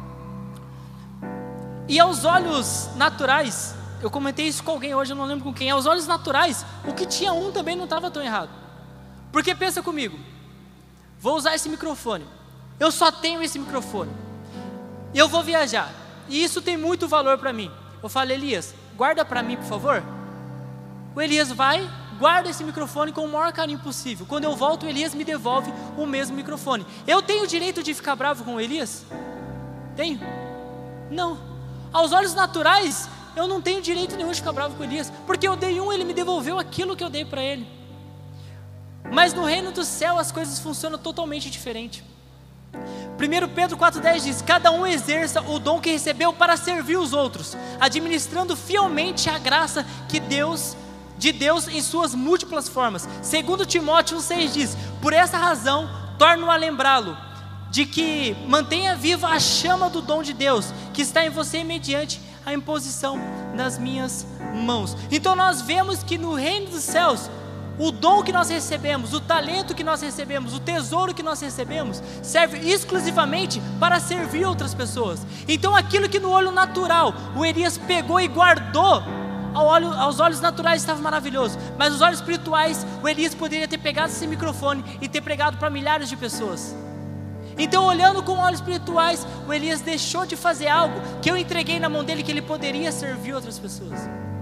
E aos olhos naturais, eu comentei isso com alguém hoje, eu não lembro com quem, aos olhos naturais, o que tinha um também não estava tão errado. Porque pensa comigo, vou usar esse microfone, eu só tenho esse microfone, eu vou viajar, e isso tem muito valor para mim. Eu falo, Elias, guarda para mim por favor. O Elias vai, guarda esse microfone com o maior carinho possível. Quando eu volto, o Elias me devolve o mesmo microfone. Eu tenho o direito de ficar bravo com o Elias? Tenho? Não. Aos olhos naturais, eu não tenho direito nenhum de ficar bravo com o Elias, porque eu dei um, ele me devolveu aquilo que eu dei para ele. Mas no reino do céu as coisas funcionam totalmente diferente. primeiro Pedro quatro dez diz, cada um exerça o dom que recebeu para servir os outros, administrando fielmente a graça que Deus, de Deus em suas múltiplas formas. segundo Timóteo um seis diz, por essa razão torno a lembrá-lo de que mantenha viva a chama do dom de Deus que está em você mediante a imposição das minhas mãos. Então nós vemos que no reino dos céus, o dom que nós recebemos, o talento que nós recebemos, o tesouro que nós recebemos, serve exclusivamente para servir outras pessoas. Então aquilo que no olho natural, o Elias pegou e guardou, ao olho, aos olhos naturais estava maravilhoso, mas os olhos espirituais, o Elias poderia ter pegado esse microfone e ter pregado para milhares de pessoas. Então olhando com olhos espirituais, o Elias deixou de fazer algo que eu entreguei na mão dele, que ele poderia servir outras pessoas.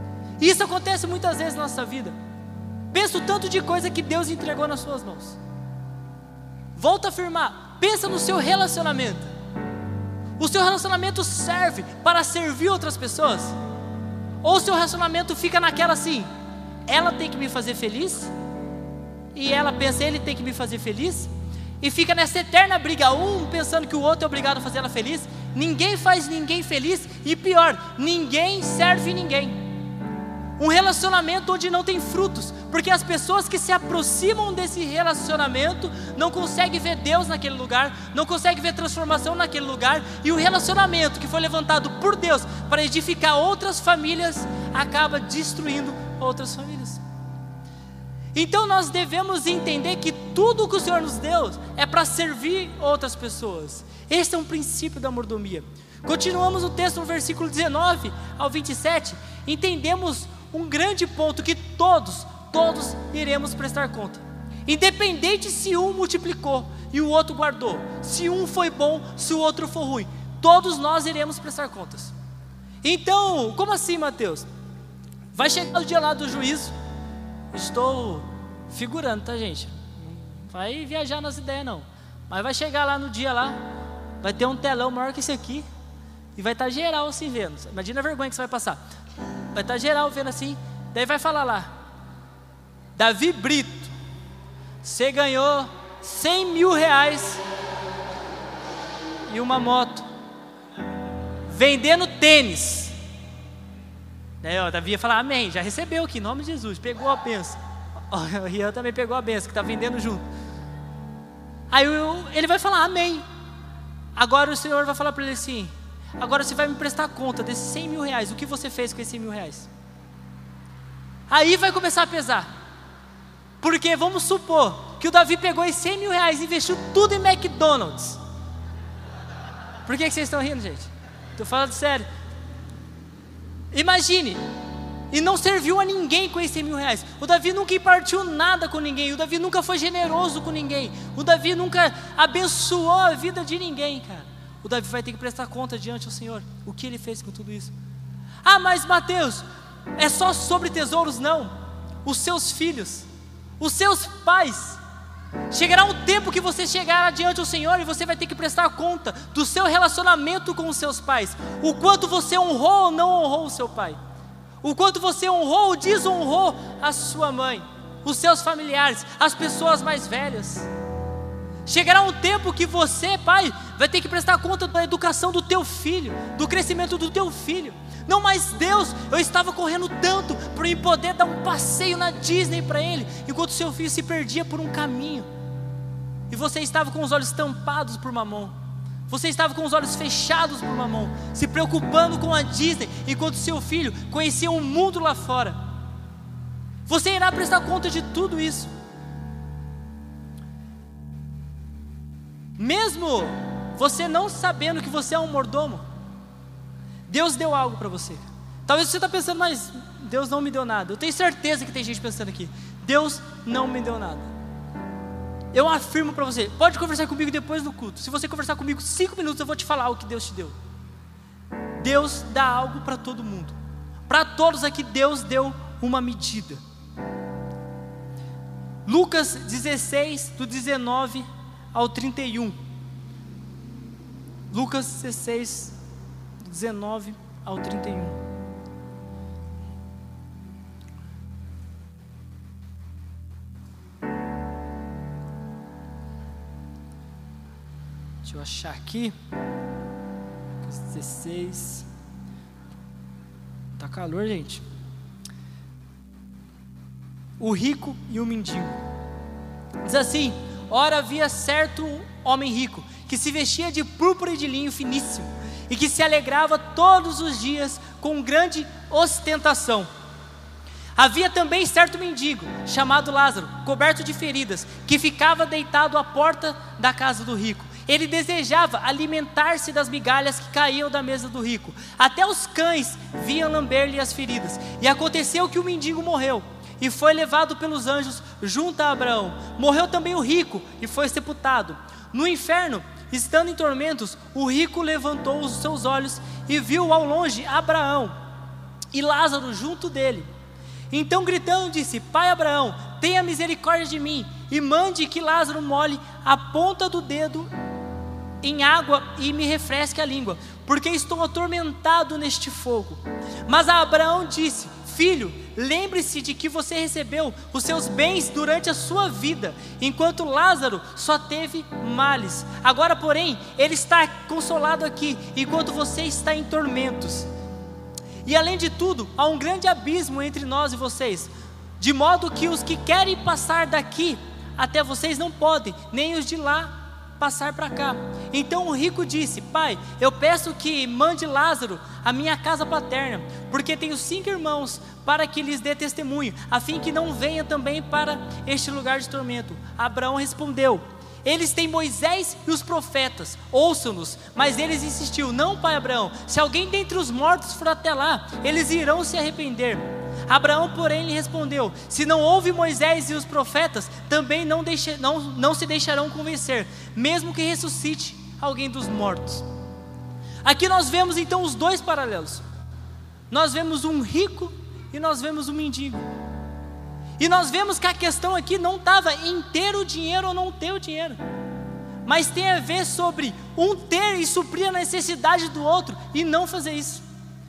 E isso acontece muitas vezes na nossa vida. Pensa o tanto de coisa que Deus entregou nas suas mãos. Volto a afirmar, pensa no seu relacionamento. O seu relacionamento serve para servir outras pessoas? Ou o seu relacionamento fica naquela assim, ela tem que me fazer feliz, e ela pensa, ele tem que me fazer feliz, e fica nessa eterna briga, um pensando que o outro é obrigado a fazer ela feliz, ninguém faz ninguém feliz, e pior, ninguém serve ninguém. Um relacionamento onde não tem frutos, porque as pessoas que se aproximam desse relacionamento não conseguem ver Deus naquele lugar, não conseguem ver transformação naquele lugar, e o relacionamento que foi levantado por Deus para edificar outras famílias acaba destruindo outras famílias. Então nós devemos entender que tudo que o Senhor nos deu é para servir outras pessoas. Esse é um princípio da mordomia. Continuamos o texto no versículo dezenove ao vinte e sete, entendemos um grande ponto que todos, todos iremos prestar conta. Independente se um multiplicou e o outro guardou, se um foi bom, se o outro foi ruim, todos nós iremos prestar contas. Então, como assim, Mateus? Vai chegar o dia lá do juízo, estou figurando, tá, gente? Não vai viajar nas ideias não, mas vai chegar lá no dia lá, vai ter um telão maior que esse aqui, e vai estar geral assim vendo. Imagina a vergonha que você vai passar. Vai estar geral vendo assim, daí vai falar lá, Davi Brito, você ganhou cem mil reais e uma moto, vendendo tênis. Daí ó, Davi ia falar, amém, já recebeu aqui, em nome de Jesus, pegou a bênção. O Rian também pegou a bênção, que está vendendo junto. Aí ele vai falar, amém. Agora o Senhor vai falar para ele assim, agora você vai me prestar conta desses cem mil reais, o que você fez com esses cem mil reais? Aí vai começar a pesar, porque vamos supor que o Davi pegou esses cem mil reais e investiu tudo em McDonald's. Por que, que vocês estão rindo, gente? Estou falando sério. Imagine, e não serviu a ninguém com esses cem mil reais. O Davi nunca impartiu nada com ninguém, o Davi nunca foi generoso com ninguém, o Davi nunca abençoou a vida de ninguém, cara. O Davi vai ter que prestar conta diante do Senhor, o que ele fez com tudo isso. Ah, mas Mateus, é só sobre tesouros? Não, os seus filhos, os seus pais. Chegará um tempo que você chegará diante do Senhor e você vai ter que prestar conta do seu relacionamento com os seus pais. O quanto você honrou ou não honrou o seu pai, o quanto você honrou ou desonrou a sua mãe, os seus familiares, as pessoas mais velhas. Chegará um tempo que você, pai, vai ter que prestar conta da educação do teu filho, do crescimento do teu filho. Não, mas Deus, eu estava correndo tanto para eu poder dar um passeio na Disney para ele, enquanto seu filho se perdia por um caminho, e você estava com os olhos tampados por mamão, você estava com os olhos fechados por mamão, se preocupando com a Disney, enquanto seu filho conhecia um mundo lá fora. Você irá prestar conta de tudo isso. Mesmo você não sabendo que você é um mordomo, Deus deu algo para você. Talvez você está pensando, mas Deus não me deu nada. Eu tenho certeza que tem gente pensando aqui, Deus não me deu nada. Eu afirmo para você, pode conversar comigo depois do culto. Se você conversar comigo cinco minutos, eu vou te falar o que Deus te deu. Deus dá algo para todo mundo. Para todos aqui, Deus deu uma medida. Lucas dezesseis, do dezenove ao trinta e um. Lucas dezesseis, dezenove ao trinta e um. Deixa eu achar aqui. Lucas dezesseis. Tá calor, gente. O rico e o mendigo. Diz assim: ora havia certo homem rico, que se vestia de púrpura e de linho finíssimo, e que se alegrava todos os dias com grande ostentação. Havia também certo mendigo, chamado Lázaro, coberto de feridas, que ficava deitado à porta da casa do rico. Ele desejava alimentar-se das migalhas que caíam da mesa do rico. Até os cães vinham lamber-lhe as feridas. E aconteceu que o mendigo morreu, e foi levado pelos anjos junto a Abraão. Morreu também o rico, e foi sepultado. No inferno, estando em tormentos, o rico levantou os seus olhos e viu ao longe Abraão e Lázaro junto dele. Então gritando disse: Pai Abraão, tenha misericórdia de mim e mande que Lázaro molhe a ponta do dedo em água e me refresque a língua, porque estou atormentado neste fogo. Mas Abraão disse: Filho, lembre-se de que você recebeu os seus bens durante a sua vida, enquanto Lázaro só teve males. Agora, porém, ele está consolado aqui, enquanto você está em tormentos. E além de tudo, há um grande abismo entre nós e vocês, de modo que os que querem passar daqui até vocês não podem, nem os de lá passar para cá. Então o rico disse: Pai, eu peço que mande Lázaro à minha casa paterna, porque tenho cinco irmãos, para que lhes dê testemunho, a fim que não venha também para este lugar de tormento. Abraão respondeu: Eles têm Moisés e os profetas, ouçam-nos. Mas eles insistiu: Não, pai Abraão, se alguém dentre os mortos for até lá, eles irão se arrepender. Abraão, porém, lhe respondeu: Se não houve Moisés e os profetas, também não, deixe, não, não se deixarão convencer, mesmo que ressuscite alguém dos mortos. Aqui nós vemos então os dois paralelos. Nós vemos um rico e nós vemos um mendigo. E nós vemos que a questão aqui não estava em ter o dinheiro ou não ter o dinheiro, mas tem a ver sobre um ter e suprir a necessidade do outro e não fazer isso.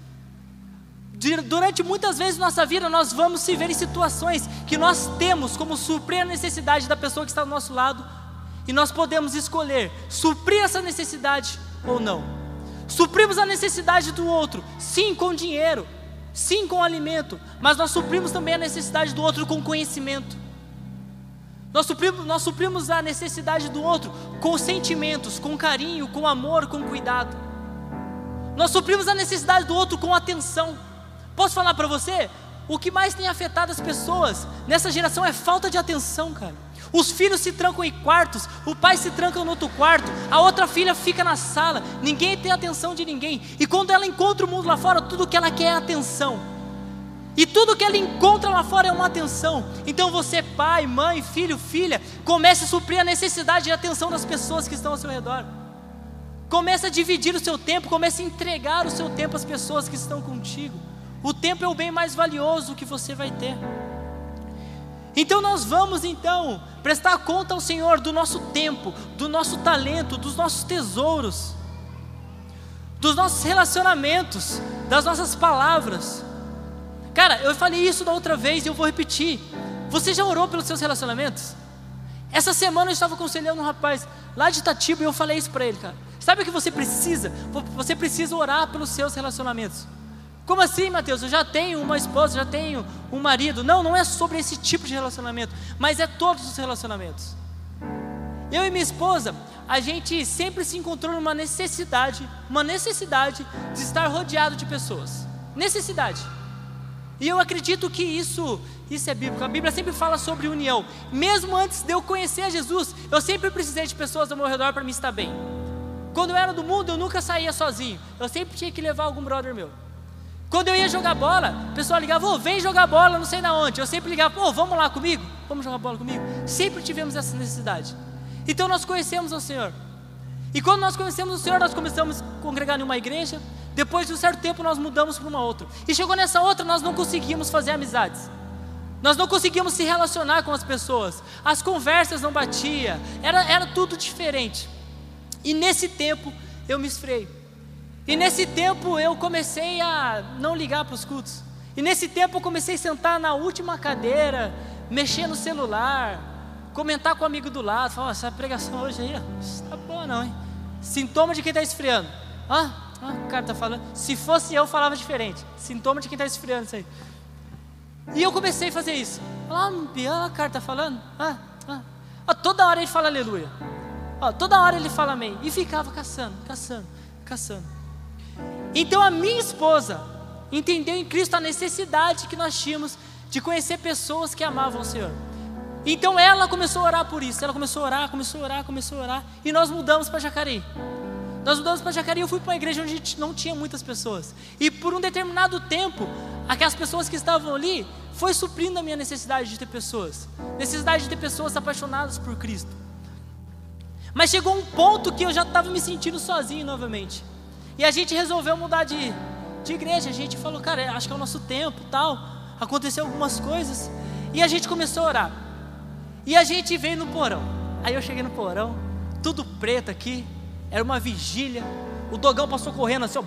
Durante muitas vezes na nossa vida nós vamos se ver em situações que nós temos como suprir a necessidade da pessoa que está do nosso lado, e nós podemos escolher suprir essa necessidade ou não. Suprimos a necessidade do outro, sim, com dinheiro, sim, com alimento, mas nós suprimos também a necessidade do outro com conhecimento. Nós suprimos, nós suprimos a necessidade do outro com sentimentos, com carinho, com amor, com cuidado. Nós suprimos a necessidade do outro com atenção. Posso falar para você? O que mais tem afetado as pessoas nessa geração é falta de atenção, cara. Os filhos se trancam em quartos, o pai se tranca no outro quarto, a outra filha fica na sala, ninguém tem atenção de ninguém. E quando ela encontra o mundo lá fora, tudo que ela quer é atenção. E tudo que ela encontra lá fora é uma atenção. Então você, pai, mãe, filho, filha, comece a suprir a necessidade de atenção das pessoas que estão ao seu redor. Comece a dividir o seu tempo, comece a entregar o seu tempo às pessoas que estão contigo. O tempo é o bem mais valioso que você vai ter. Então nós vamos então prestar conta ao Senhor do nosso tempo, do nosso talento, dos nossos tesouros, dos nossos relacionamentos, das nossas palavras. Cara, eu falei isso da outra vez e eu vou repetir. Você já orou pelos seus relacionamentos? Essa semana eu estava aconselhando um rapaz lá de Itatiba e eu falei isso para ele, cara. Sabe o que você precisa? Você precisa orar pelos seus relacionamentos. Como assim, Mateus? Eu já tenho uma esposa, já tenho um marido. Não, não é sobre esse tipo de relacionamento, mas é todos os relacionamentos. Eu e minha esposa, a gente sempre se encontrou numa necessidade, uma necessidade de estar rodeado de pessoas. Necessidade. E eu acredito que isso, isso é bíblico. A Bíblia sempre fala sobre união. Mesmo antes de eu conhecer a Jesus, eu sempre precisei de pessoas ao meu redor para me estar bem. Quando eu era do mundo, eu nunca saía sozinho. Eu sempre tinha que levar algum brother meu. Quando eu ia jogar bola, o pessoal ligava: ô, vem jogar bola não sei na onde. Eu sempre ligava: pô, vamos lá comigo? Vamos jogar bola comigo? Sempre tivemos essa necessidade. Então nós conhecemos o Senhor. E quando nós conhecemos o Senhor, nós começamos a congregar em uma igreja. Depois de um certo tempo nós mudamos para uma outra. E chegou nessa outra, nós não conseguimos fazer amizades. Nós não conseguimos se relacionar com as pessoas. As conversas não batiam. Era, era tudo diferente. E nesse tempo eu me esfriei. E nesse tempo eu comecei a não ligar para os cultos. E nesse tempo eu comecei a sentar na última cadeira, mexer no celular, comentar com o amigo do lado, falar: essa pregação hoje aí, ó, tá boa não, hein? Sintoma de quem está esfriando. Ah, ah, o cara está falando. Se fosse eu, falava diferente. Sintoma de quem está esfriando isso aí. E eu comecei a fazer isso. Ah, o cara está falando. Ah, ah. Ah, toda hora ele fala aleluia. Ah, toda hora ele fala amém. E ficava caçando, caçando, caçando. Então a minha esposa entendeu em Cristo a necessidade que nós tínhamos de conhecer pessoas que amavam o Senhor. Então ela começou a orar por isso. Ela começou a orar, começou a orar, começou a orar. E nós mudamos para Jacareí. Nós mudamos para Jacareí. Eu fui para uma igreja onde não tinha muitas pessoas. E por um determinado tempo, aquelas pessoas que estavam ali foi suprindo a minha necessidade de ter pessoas. Necessidade de ter pessoas apaixonadas por Cristo. Mas chegou um ponto que eu já estava me sentindo sozinho novamente. E a gente resolveu mudar de, de igreja. A gente falou, cara, acho que é o nosso tempo, tal. Aconteceu algumas coisas e a gente começou a orar. E a gente veio no porão. Aí eu cheguei no porão, tudo preto aqui, era uma vigília. O Dogão passou correndo assim, ó.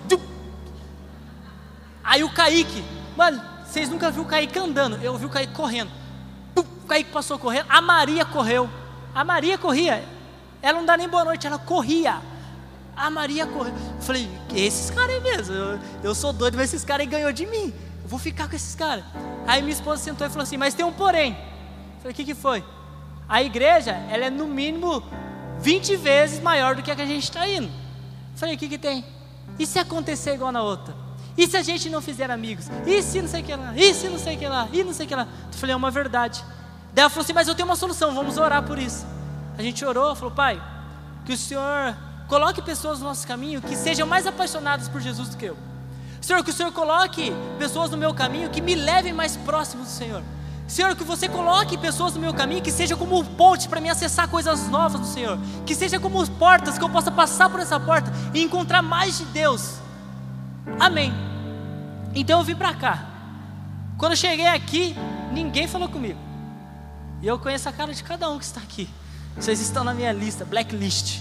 Aí o Kaique, mano, vocês nunca viram o Kaique andando, eu vi o Kaique correndo. O Kaique passou correndo, a Maria correu. A Maria corria, ela não dá nem boa noite, ela corria. A Maria correu. Eu falei, esses caras aí mesmo, eu, eu sou doido, mas esses caras aí ganhou de mim. Eu vou ficar com esses caras. Aí minha esposa sentou e falou assim, mas tem um porém. Eu falei, o que que foi? A igreja, ela é no mínimo vinte vezes maior do que a que a gente está indo. Eu falei, o que que tem? E se acontecer igual na outra? E se a gente não fizer amigos? E se não sei o que lá? E se não sei o que lá? E não sei o que lá? Eu falei, é uma verdade. Daí ela falou assim, mas eu tenho uma solução, vamos orar por isso. A gente orou, falou, pai, que o Senhor coloque pessoas no nosso caminho que sejam mais apaixonadas por Jesus do que eu. Senhor, que o Senhor coloque pessoas no meu caminho que me levem mais próximo do Senhor. Senhor, que você coloque pessoas no meu caminho que seja como ponte para me acessar coisas novas do Senhor, que seja como portas, que eu possa passar por essa porta e encontrar mais de Deus. Amém. Então eu vim para cá. Quando eu cheguei aqui, ninguém falou comigo. E eu conheço a cara de cada um que está aqui. Vocês estão na minha lista, blacklist.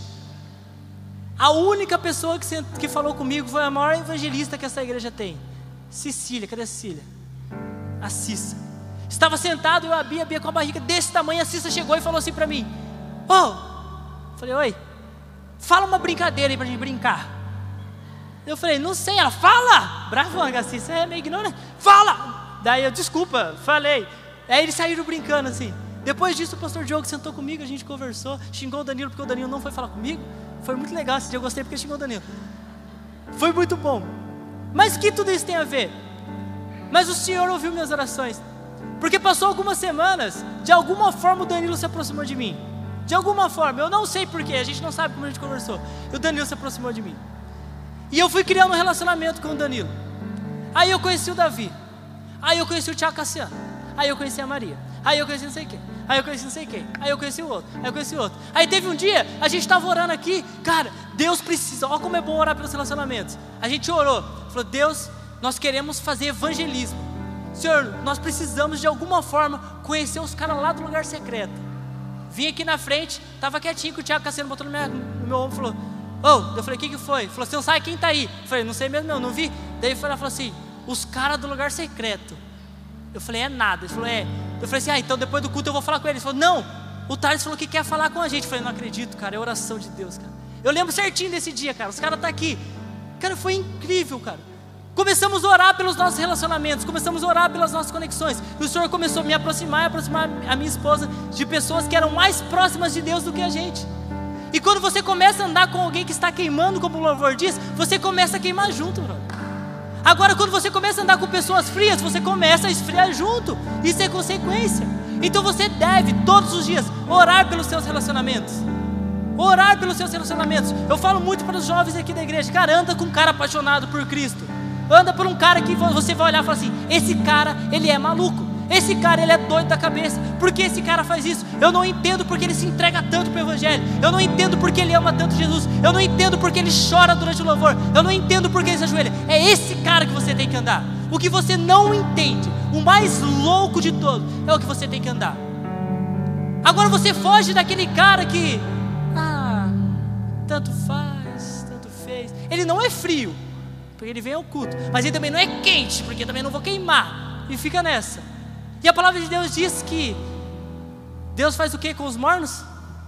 A única pessoa que, que falou comigo foi a maior evangelista que essa igreja tem, Cecília. Cadê a Cecília? A Cissa. Estava sentado, eu a Bia, a Bia com a barriga desse tamanho. A Cissa chegou e falou assim para mim, oh, falei, oi, fala uma brincadeira aí pra gente brincar. Eu falei, não sei. Ela, fala. Bravanga, a Cissa é meio ignorante. Fala. Daí eu, desculpa, falei. Aí eles saíram brincando assim. Depois disso o pastor Diogo sentou comigo, a gente conversou, xingou o Danilo porque o Danilo não foi falar comigo. Foi muito legal esse dia, eu gostei porque xingou o Danilo. Foi muito bom. Mas o que tudo isso tem a ver? Mas o Senhor ouviu minhas orações. Porque passou algumas semanas, de alguma forma o Danilo se aproximou de mim. De alguma forma, eu não sei porquê, a gente não sabe como a gente conversou. E o Danilo se aproximou de mim. E eu fui criando um relacionamento com o Danilo. Aí eu conheci o Davi. Aí eu conheci o Tiago Cassiano. Aí eu conheci a Maria. Aí eu conheci não sei quem. Aí eu conheci não sei quem. Aí eu conheci o outro. Aí eu conheci o outro. Aí teve um dia, a gente estava orando aqui. Cara, Deus precisa, olha como é bom orar pelos relacionamentos. A gente orou, falou, Deus, nós queremos fazer evangelismo. Senhor, nós precisamos de alguma forma conhecer os caras lá do lugar secreto. Vim aqui na frente, estava quietinho, que o Tiago Cassiano botou no meu, no meu ombro e falou, oh, eu falei, o que que foi? Ele falou, você não sabe quem está aí? Eu falei, não sei mesmo, não, não vi. Daí ele falou assim, os caras do lugar secreto. Eu falei, é nada. Ele falou, é. Eu falei assim, ah, então depois do culto eu vou falar com ele. Ele falou, não, o Thales falou que quer falar com a gente. Eu falei, não acredito, cara, é oração de Deus, cara. Eu lembro certinho desse dia, cara, os caras estão aqui. Cara, foi incrível, cara. Começamos a orar pelos nossos relacionamentos, começamos a orar pelas nossas conexões. E o Senhor começou a me aproximar e aproximar a minha esposa de pessoas que eram mais próximas de Deus do que a gente. E quando você começa a andar com alguém que está queimando, como o louvor diz, você começa a queimar junto, brother. Agora, quando você começa a andar com pessoas frias, você começa a esfriar junto. Isso é consequência. Então você deve, todos os dias, orar pelos seus relacionamentos. Orar pelos seus relacionamentos. Eu falo muito para os jovens aqui da igreja, cara, anda com um cara apaixonado por Cristo. Anda por um cara que você vai olhar e falar assim, esse cara, ele é maluco. Esse cara, ele é doido da cabeça. Por que esse cara faz isso? Eu não entendo porque ele se entrega tanto para o evangelho. Eu não entendo porque ele ama tanto Jesus. Eu não entendo porque ele chora durante o louvor. Eu não entendo porque ele se ajoelha. É esse cara que você tem que andar. O que você não entende, o mais louco de todos, é o que você tem que andar. Agora você foge daquele cara que, ah, tanto faz, tanto fez. Ele não é frio, porque ele vem ao culto. Mas ele também não é quente, porque também não vou queimar. E fica nessa. E a palavra de Deus diz que Deus faz o que com os mornos?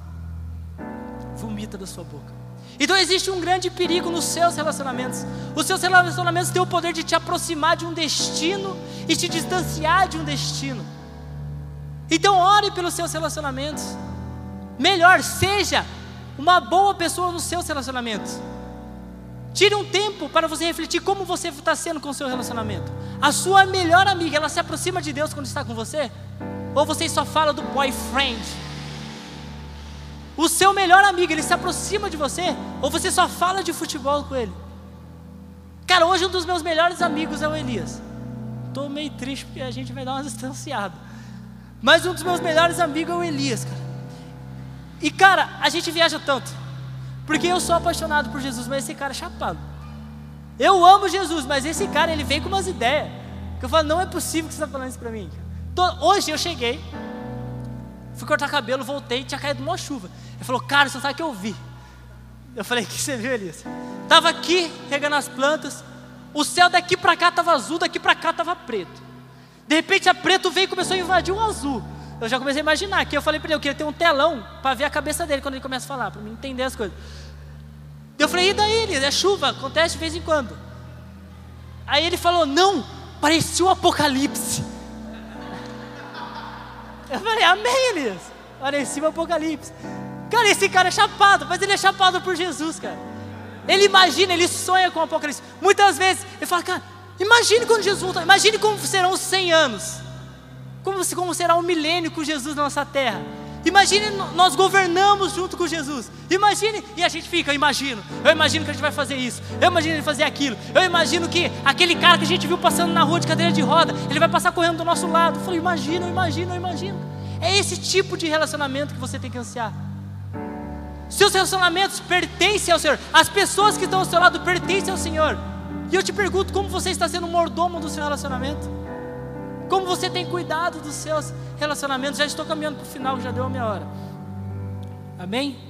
Vomita da sua boca. Então existe um grande perigo nos seus relacionamentos. Os seus relacionamentos têm o poder de te aproximar de um destino e te distanciar de um destino. Então ore pelos seus relacionamentos. Melhor, seja uma boa pessoa nos seus relacionamentos. Tire um tempo para você refletir como você está sendo com o seu relacionamento. A sua melhor amiga, ela se aproxima de Deus quando está com você? Ou você só fala do boyfriend? O seu melhor amigo, ele se aproxima de você? Ou você só fala de futebol com ele? Cara, hoje um dos meus melhores amigos é o Elias. Estou meio triste porque a gente vai dar uma distanciada. Mas um dos meus melhores amigos é o Elias, cara. E cara, a gente viaja tanto. Porque eu sou apaixonado por Jesus, mas esse cara é chapado. Eu amo Jesus, mas esse cara, ele vem com umas ideias, que eu falo, não é possível que você está falando isso para mim. Hoje eu cheguei, fui cortar cabelo, voltei, tinha caído uma chuva. Ele falou, cara, você não sabe o que eu vi. Eu falei, o que você viu, Elias? Estava aqui, regando as plantas, o céu daqui para cá estava azul, daqui para cá estava preto. De repente a preto veio e começou a invadir o azul. Eu já comecei a imaginar, que eu falei para ele, eu queria ter um telão, para ver a cabeça dele quando ele começa a falar, para mim entender as coisas. Eu falei, e daí, Elias? É chuva, acontece de vez em quando. Aí ele falou, não, parecia o apocalipse. Eu falei, amém, Elias, parecia o apocalipse. Cara, esse cara é chapado, mas ele é chapado por Jesus, cara. Ele imagina, ele sonha com o apocalipse. Muitas vezes, ele fala, cara, imagine quando Jesus voltar, imagine como serão os cem anos. Como, como será um milênio com Jesus na nossa terra. Imagine, nós governamos junto com Jesus. Imagine, e a gente fica, eu imagino, eu imagino que a gente vai fazer isso, eu imagino ele fazer aquilo, eu imagino que aquele cara que a gente viu passando na rua de cadeira de roda, ele vai passar correndo do nosso lado. Eu falei, imagina, eu imagino, eu imagino. É esse tipo de relacionamento que você tem que ansiar. Seus relacionamentos pertencem ao Senhor, as pessoas que estão ao seu lado pertencem ao Senhor. E eu te pergunto, como você está sendo mordomo do seu relacionamento? Como você tem cuidado dos seus relacionamentos? Já estou caminhando para o final, já deu a minha hora. Amém?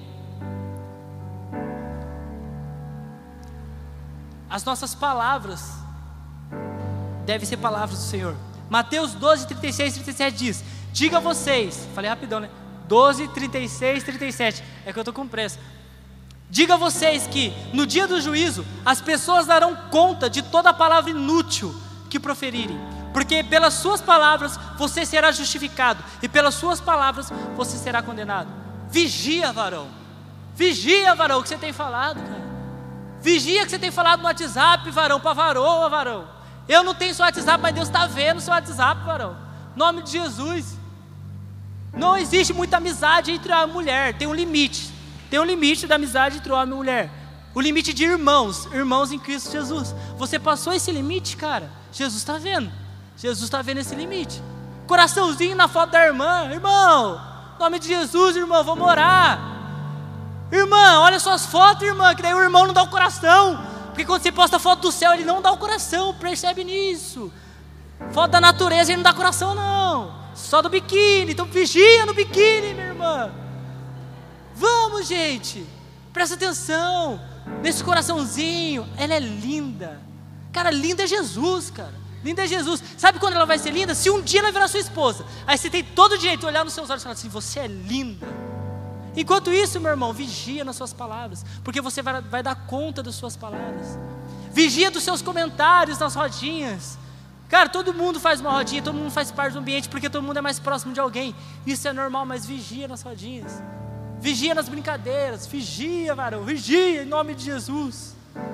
As nossas palavras devem ser palavras do Senhor. Mateus doze, trinta e seis, trinta e sete diz, diga a vocês, falei rapidão, né? doze, trinta e seis, trinta e sete, é que eu estou com pressa. Diga a vocês que no dia do juízo, as pessoas darão conta de toda a palavra inútil que proferirem. Porque pelas suas palavras você será justificado, e pelas suas palavras você será condenado. Vigia, varão. Vigia, varão, o que você tem falado, cara. Vigia o que você tem falado no WhatsApp, varão, para varoa, varão. Eu não tenho seu WhatsApp, mas Deus está vendo seu WhatsApp, varão. Em nome de Jesus. Não existe muita amizade entre a mulher, tem um limite. Tem um limite da amizade entre homem e mulher. O limite de irmãos, irmãos em Cristo Jesus. Você passou esse limite, cara, Jesus está vendo. Jesus está vendo esse limite. Coraçãozinho na foto da irmã. Irmão, em nome de Jesus, irmão, vamos orar. Irmã, olha suas fotos, irmã, que daí o irmão não dá o coração. Porque quando você posta foto do céu, ele não dá o coração, percebe nisso. Foto da natureza, ele não dá coração não. Só do biquíni, então vigia no biquíni, minha irmã. Vamos, gente, presta atenção nesse coraçãozinho. Ela é linda. Cara, linda é Jesus, cara. Linda é Jesus. Sabe quando ela vai ser linda? Se um dia ela virar sua esposa. Aí você tem todo o direito de olhar nos seus olhos e falar assim, você é linda. Enquanto isso, meu irmão, vigia nas suas palavras, porque você vai, vai dar conta das suas palavras. Vigia dos seus comentários nas rodinhas. Cara, todo mundo faz uma rodinha, todo mundo faz parte do ambiente, porque todo mundo é mais próximo de alguém. Isso é normal, mas vigia nas rodinhas. Vigia nas brincadeiras. Vigia, varão, vigia em nome de Jesus.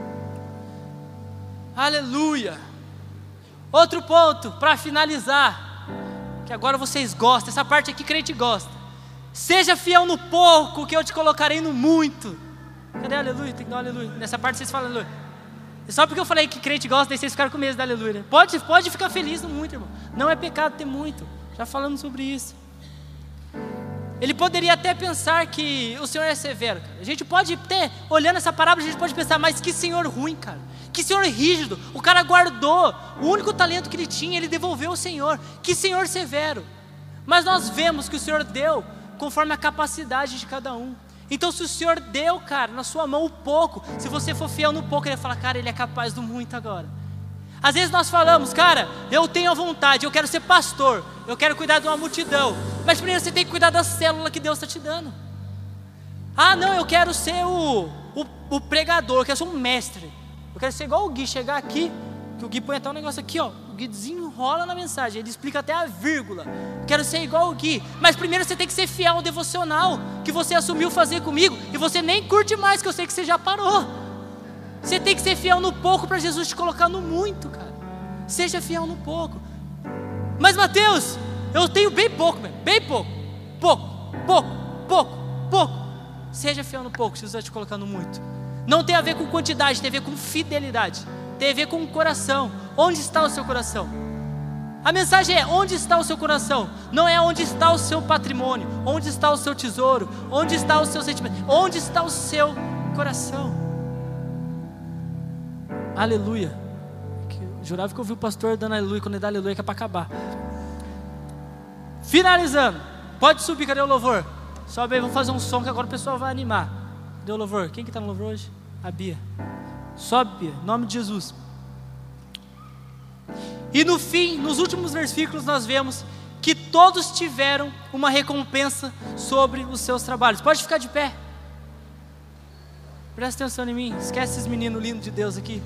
Aleluia. Outro ponto, para finalizar, que agora vocês gostam, essa parte aqui crente gosta. Seja fiel no pouco, que eu te colocarei no muito. Cadê aleluia? Tem que dar um aleluia. Nessa parte vocês falam aleluia. Só porque eu falei que crente gosta, daí vocês ficaram com medo da aleluia. Pode, pode ficar feliz no muito, irmão. Não é pecado ter muito. Já falamos sobre isso. Ele poderia até pensar que o Senhor é severo, cara. A gente pode ter, olhando essa parábola, a gente pode pensar, mas que Senhor ruim, cara. Que Senhor rígido. O cara guardou o único talento que ele tinha, ele devolveu ao Senhor. Que Senhor severo. Mas nós vemos que o Senhor deu conforme a capacidade de cada um. Então se o Senhor deu, cara, na sua mão o pouco, se você for fiel no pouco, ele vai falar, cara, ele é capaz do muito agora. Às vezes nós falamos, cara, eu tenho a vontade, eu quero ser pastor, eu quero cuidar de uma multidão, mas primeiro você tem que cuidar da célula que Deus está te dando. Ah não, eu quero ser o, o, o pregador, eu quero ser um mestre, eu quero ser igual o Gui, chegar aqui, que o Gui põe até um negócio aqui, ó, o Gui desenrola na mensagem, ele explica até a vírgula. Quero ser igual o Gui, mas primeiro você tem que ser fiel ao devocional que você assumiu fazer comigo, e você nem curte mais, que eu sei que você já parou. Você tem que ser fiel no pouco para Jesus te colocar no muito, cara. Seja fiel no pouco. Mas Mateus, eu tenho bem pouco, bem pouco, pouco, pouco, pouco, pouco. Seja fiel no pouco, Jesus vai te colocar no muito. Não tem a ver com quantidade, tem a ver com fidelidade, tem a ver com o coração. Onde está o seu coração? A mensagem é, onde está o seu coração? Não é onde está o seu patrimônio, onde está o seu tesouro, onde está o seu sentimento, onde está o seu coração? Aleluia. Eu jurava que eu ouvi o pastor dando aleluia, quando ele dá aleluia que é para acabar. Finalizando, pode subir, cadê o louvor? Sobe aí, vamos fazer um som que agora o pessoal vai animar. Cadê o louvor? Quem que está no louvor hoje? A Bia. Sobe, Bia, em nome de Jesus. E no fim, nos últimos versículos nós vemos que todos tiveram uma recompensa sobre os seus trabalhos. Pode ficar de pé. Presta atenção em mim, esquece esses meninos lindos de Deus aqui.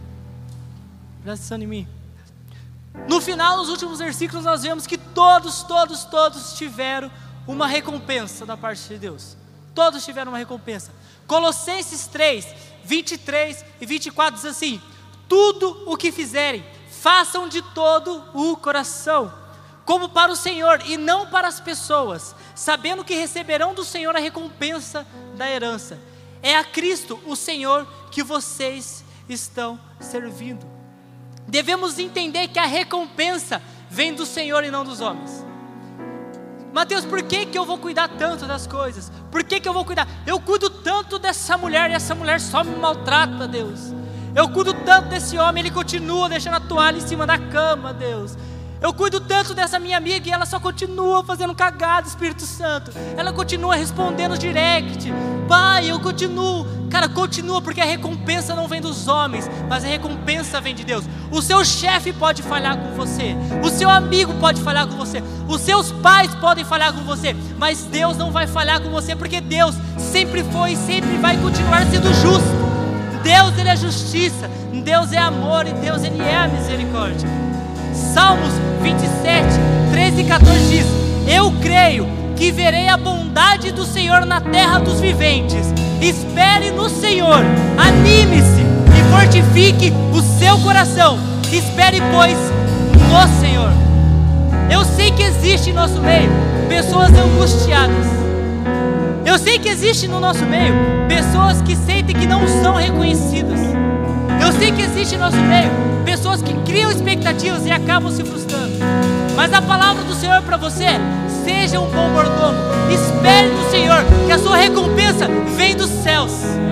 Presta atenção em mim. No final, nos últimos versículos, nós vemos que todos, todos, todos tiveram uma recompensa da parte de Deus. Todos tiveram uma recompensa. Colossenses três, vinte e três e vinte e quatro diz assim: tudo o que fizerem, façam de todo o coração, como para o Senhor e não para as pessoas, sabendo que receberão do Senhor a recompensa da herança. É a Cristo, o Senhor, que vocês estão servindo. Devemos entender que a recompensa vem do Senhor e não dos homens. Mateus, por que que eu vou cuidar tanto das coisas? Por que que eu vou cuidar? Eu cuido tanto dessa mulher e essa mulher só me maltrata, Deus. Eu cuido tanto desse homem, ele continua deixando a toalha em cima da cama, Deus. Eu cuido tanto dessa minha amiga e ela só continua fazendo cagada, Espírito Santo. Ela continua respondendo direct. Pai, eu continuo. Cara, continua, porque a recompensa não vem dos homens, mas a recompensa vem de Deus. O seu chefe pode falhar com você, o seu amigo pode falhar com você, os seus pais podem falhar com você, mas Deus não vai falhar com você, porque Deus sempre foi e sempre vai continuar sendo justo. Deus, Ele é justiça, Deus é amor e Deus, Ele é a misericórdia. Salmos vinte e sete, treze e quatorze diz: eu creio que verei a bondade do Senhor na terra dos viventes. Espere no Senhor, anime-se e fortifique o seu coração. Espere, pois, no Senhor. Eu sei que existe em nosso meio pessoas angustiadas. Eu sei que existe no nosso meio pessoas que sentem que não são reconhecidas. Eu sei que existe em nosso meio pessoas que criam expectativas e acabam se frustrando. Mas a palavra do Senhor para você é: seja um bom mordomo, espere no Senhor, que a sua recompensa vem dos céus.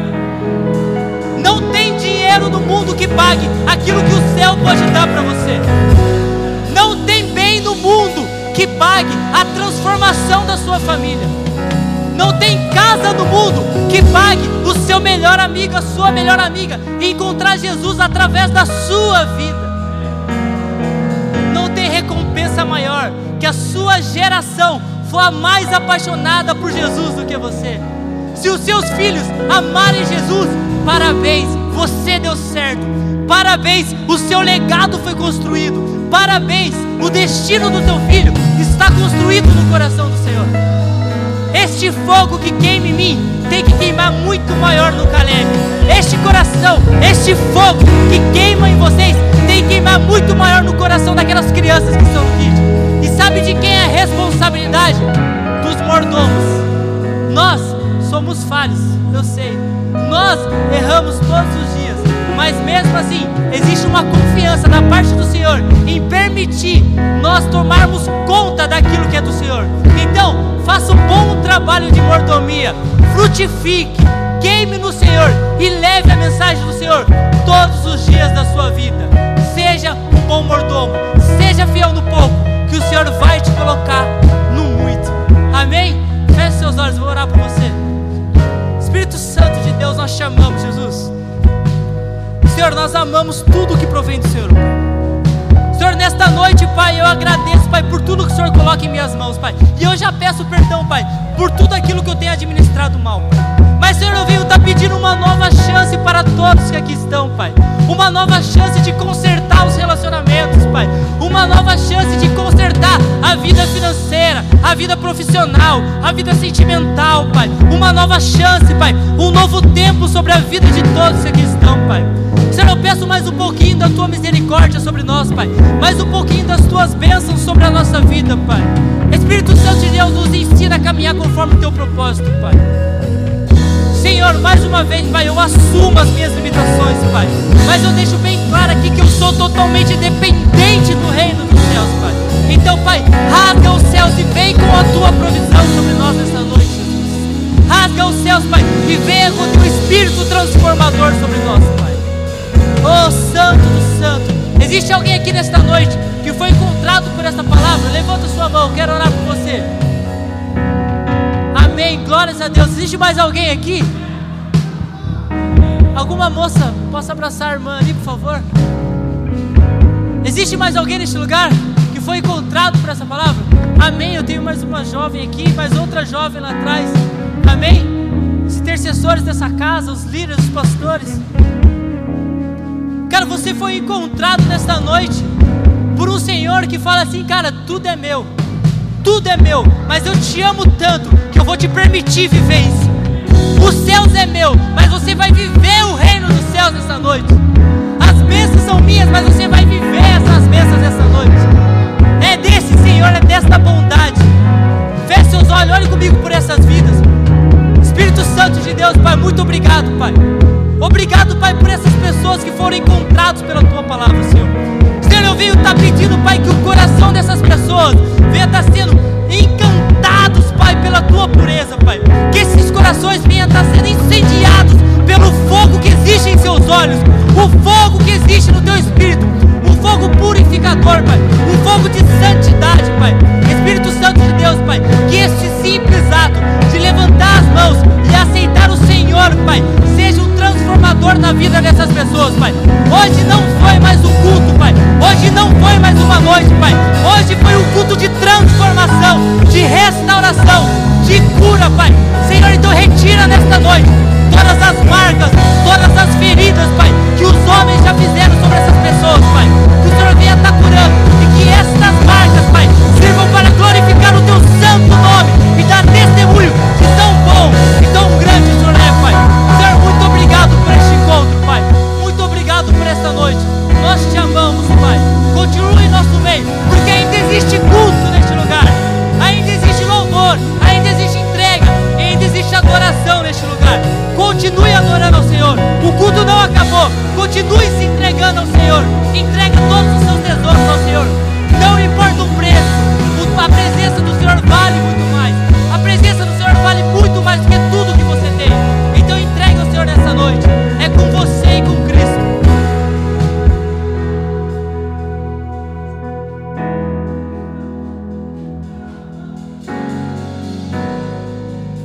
Não tem dinheiro no mundo que pague aquilo que o céu pode dar para você. Não tem bem no mundo que pague a transformação da sua família. Não tem casa no mundo que pague o seu melhor amigo, a sua melhor amiga, e encontrar Jesus através da sua vida. Não tem recompensa maior que a sua geração for a mais apaixonada por Jesus do que você. Se os seus filhos amarem Jesus, parabéns, você deu certo. Parabéns, o seu legado foi construído. Parabéns, o destino do teu filho está construído no coração do Senhor. Este fogo que queima em mim tem que queimar muito maior no Caleb. Este coração, este fogo que queima em vocês tem que queimar muito maior no coração daquelas crianças que estão no vídeo. E sabe de quem é a responsabilidade? Dos mordomos. Nós somos falhos, eu sei. Nós erramos todos os dias, mas mesmo assim existe uma confiança da parte do Senhor em permitir nós tomarmos conta daquilo que é do Senhor. Então, faça um bom trabalho de mordomia, frutifique, queime no Senhor e leve a mensagem do Senhor todos os dias da sua vida. Seja um bom mordomo, seja fiel no pouco, que o Senhor vai te colocar no muito. Amém? Feche seus olhos, vou orar por você. Espírito Santo de Deus, nós chamamos, Jesus. Senhor, nós amamos tudo que provém do Senhor. Senhor, nesta noite, Pai, eu agradeço, Pai, por tudo que o Senhor coloca em minhas mãos, Pai. E eu já peço perdão, Pai, por tudo aquilo que eu tenho administrado mal, Pai. Mas, Senhor, eu venho estar pedindo uma nova chance para todos que aqui estão, Pai. Uma nova chance de consertar os relacionamentos, Pai. Uma nova chance de consertar a vida financeira, a vida profissional, a vida sentimental, Pai. Uma nova chance, Pai. Um novo tempo sobre a vida de todos que aqui estão, Pai. Senhor, eu peço mais um pouquinho da Tua misericórdia sobre nós, Pai. Mais um pouquinho das Tuas bênçãos sobre a nossa vida, Pai. Espírito Santo de Deus, nos ensina a caminhar conforme o Teu propósito, Pai. Senhor, mais uma vez, Pai, eu assumo as minhas limitações, Pai. Mas eu deixo bem claro aqui que eu sou totalmente dependente do reino dos céus, Pai. Então, Pai, rasga os céus e vem com a Tua provisão sobre nós nessa noite, Jesus. Rasga os céus, Pai, e venha com o Teu Espírito transformador sobre nós, Pai. Oh, Santo do Santo. Existe alguém aqui nesta noite que foi encontrado por essa palavra? Levanta sua mão, quero orar por você. Amém, glórias a Deus. Existe mais alguém aqui? Alguma moça, possa abraçar a irmã ali, por favor? Existe mais alguém neste lugar que foi encontrado por essa palavra? Amém, eu tenho mais uma jovem aqui, mais outra jovem lá atrás. Amém? Os intercessores dessa casa, os líderes, os pastores. Cara, você foi encontrado nesta noite por um Senhor que fala assim: cara, tudo é meu, tudo é meu, mas eu te amo tanto que eu vou te permitir viver isso. Os céus é meu, mas você vai viver o reino dos céus nessa noite. As bênçãos são minhas, mas você vai viver essas bênçãos nessa noite. É desse Senhor, é desta bondade. Feche seus olhos, olhe comigo por essas vidas. Espírito Santo de Deus, Pai, muito obrigado, Pai. Obrigado, Pai, por essas pessoas que foram encontradas pela Tua palavra, Senhor. Senhor, eu venho estar pedindo, Pai, que o coração dessas pessoas venha estar sendo encantados, Pai, pela Tua pureza, Pai. Que esses corações venham estar sendo incendiados pelo fogo que existe em seus olhos, o fogo que existe no Teu Espírito, um fogo purificador, Pai, um fogo de santidade, Pai. Espírito Santo de Deus, Pai, que este simples ato de levantar as mãos e aceitar o Senhor, Pai, seja um transformador na vida dessas pessoas, Pai.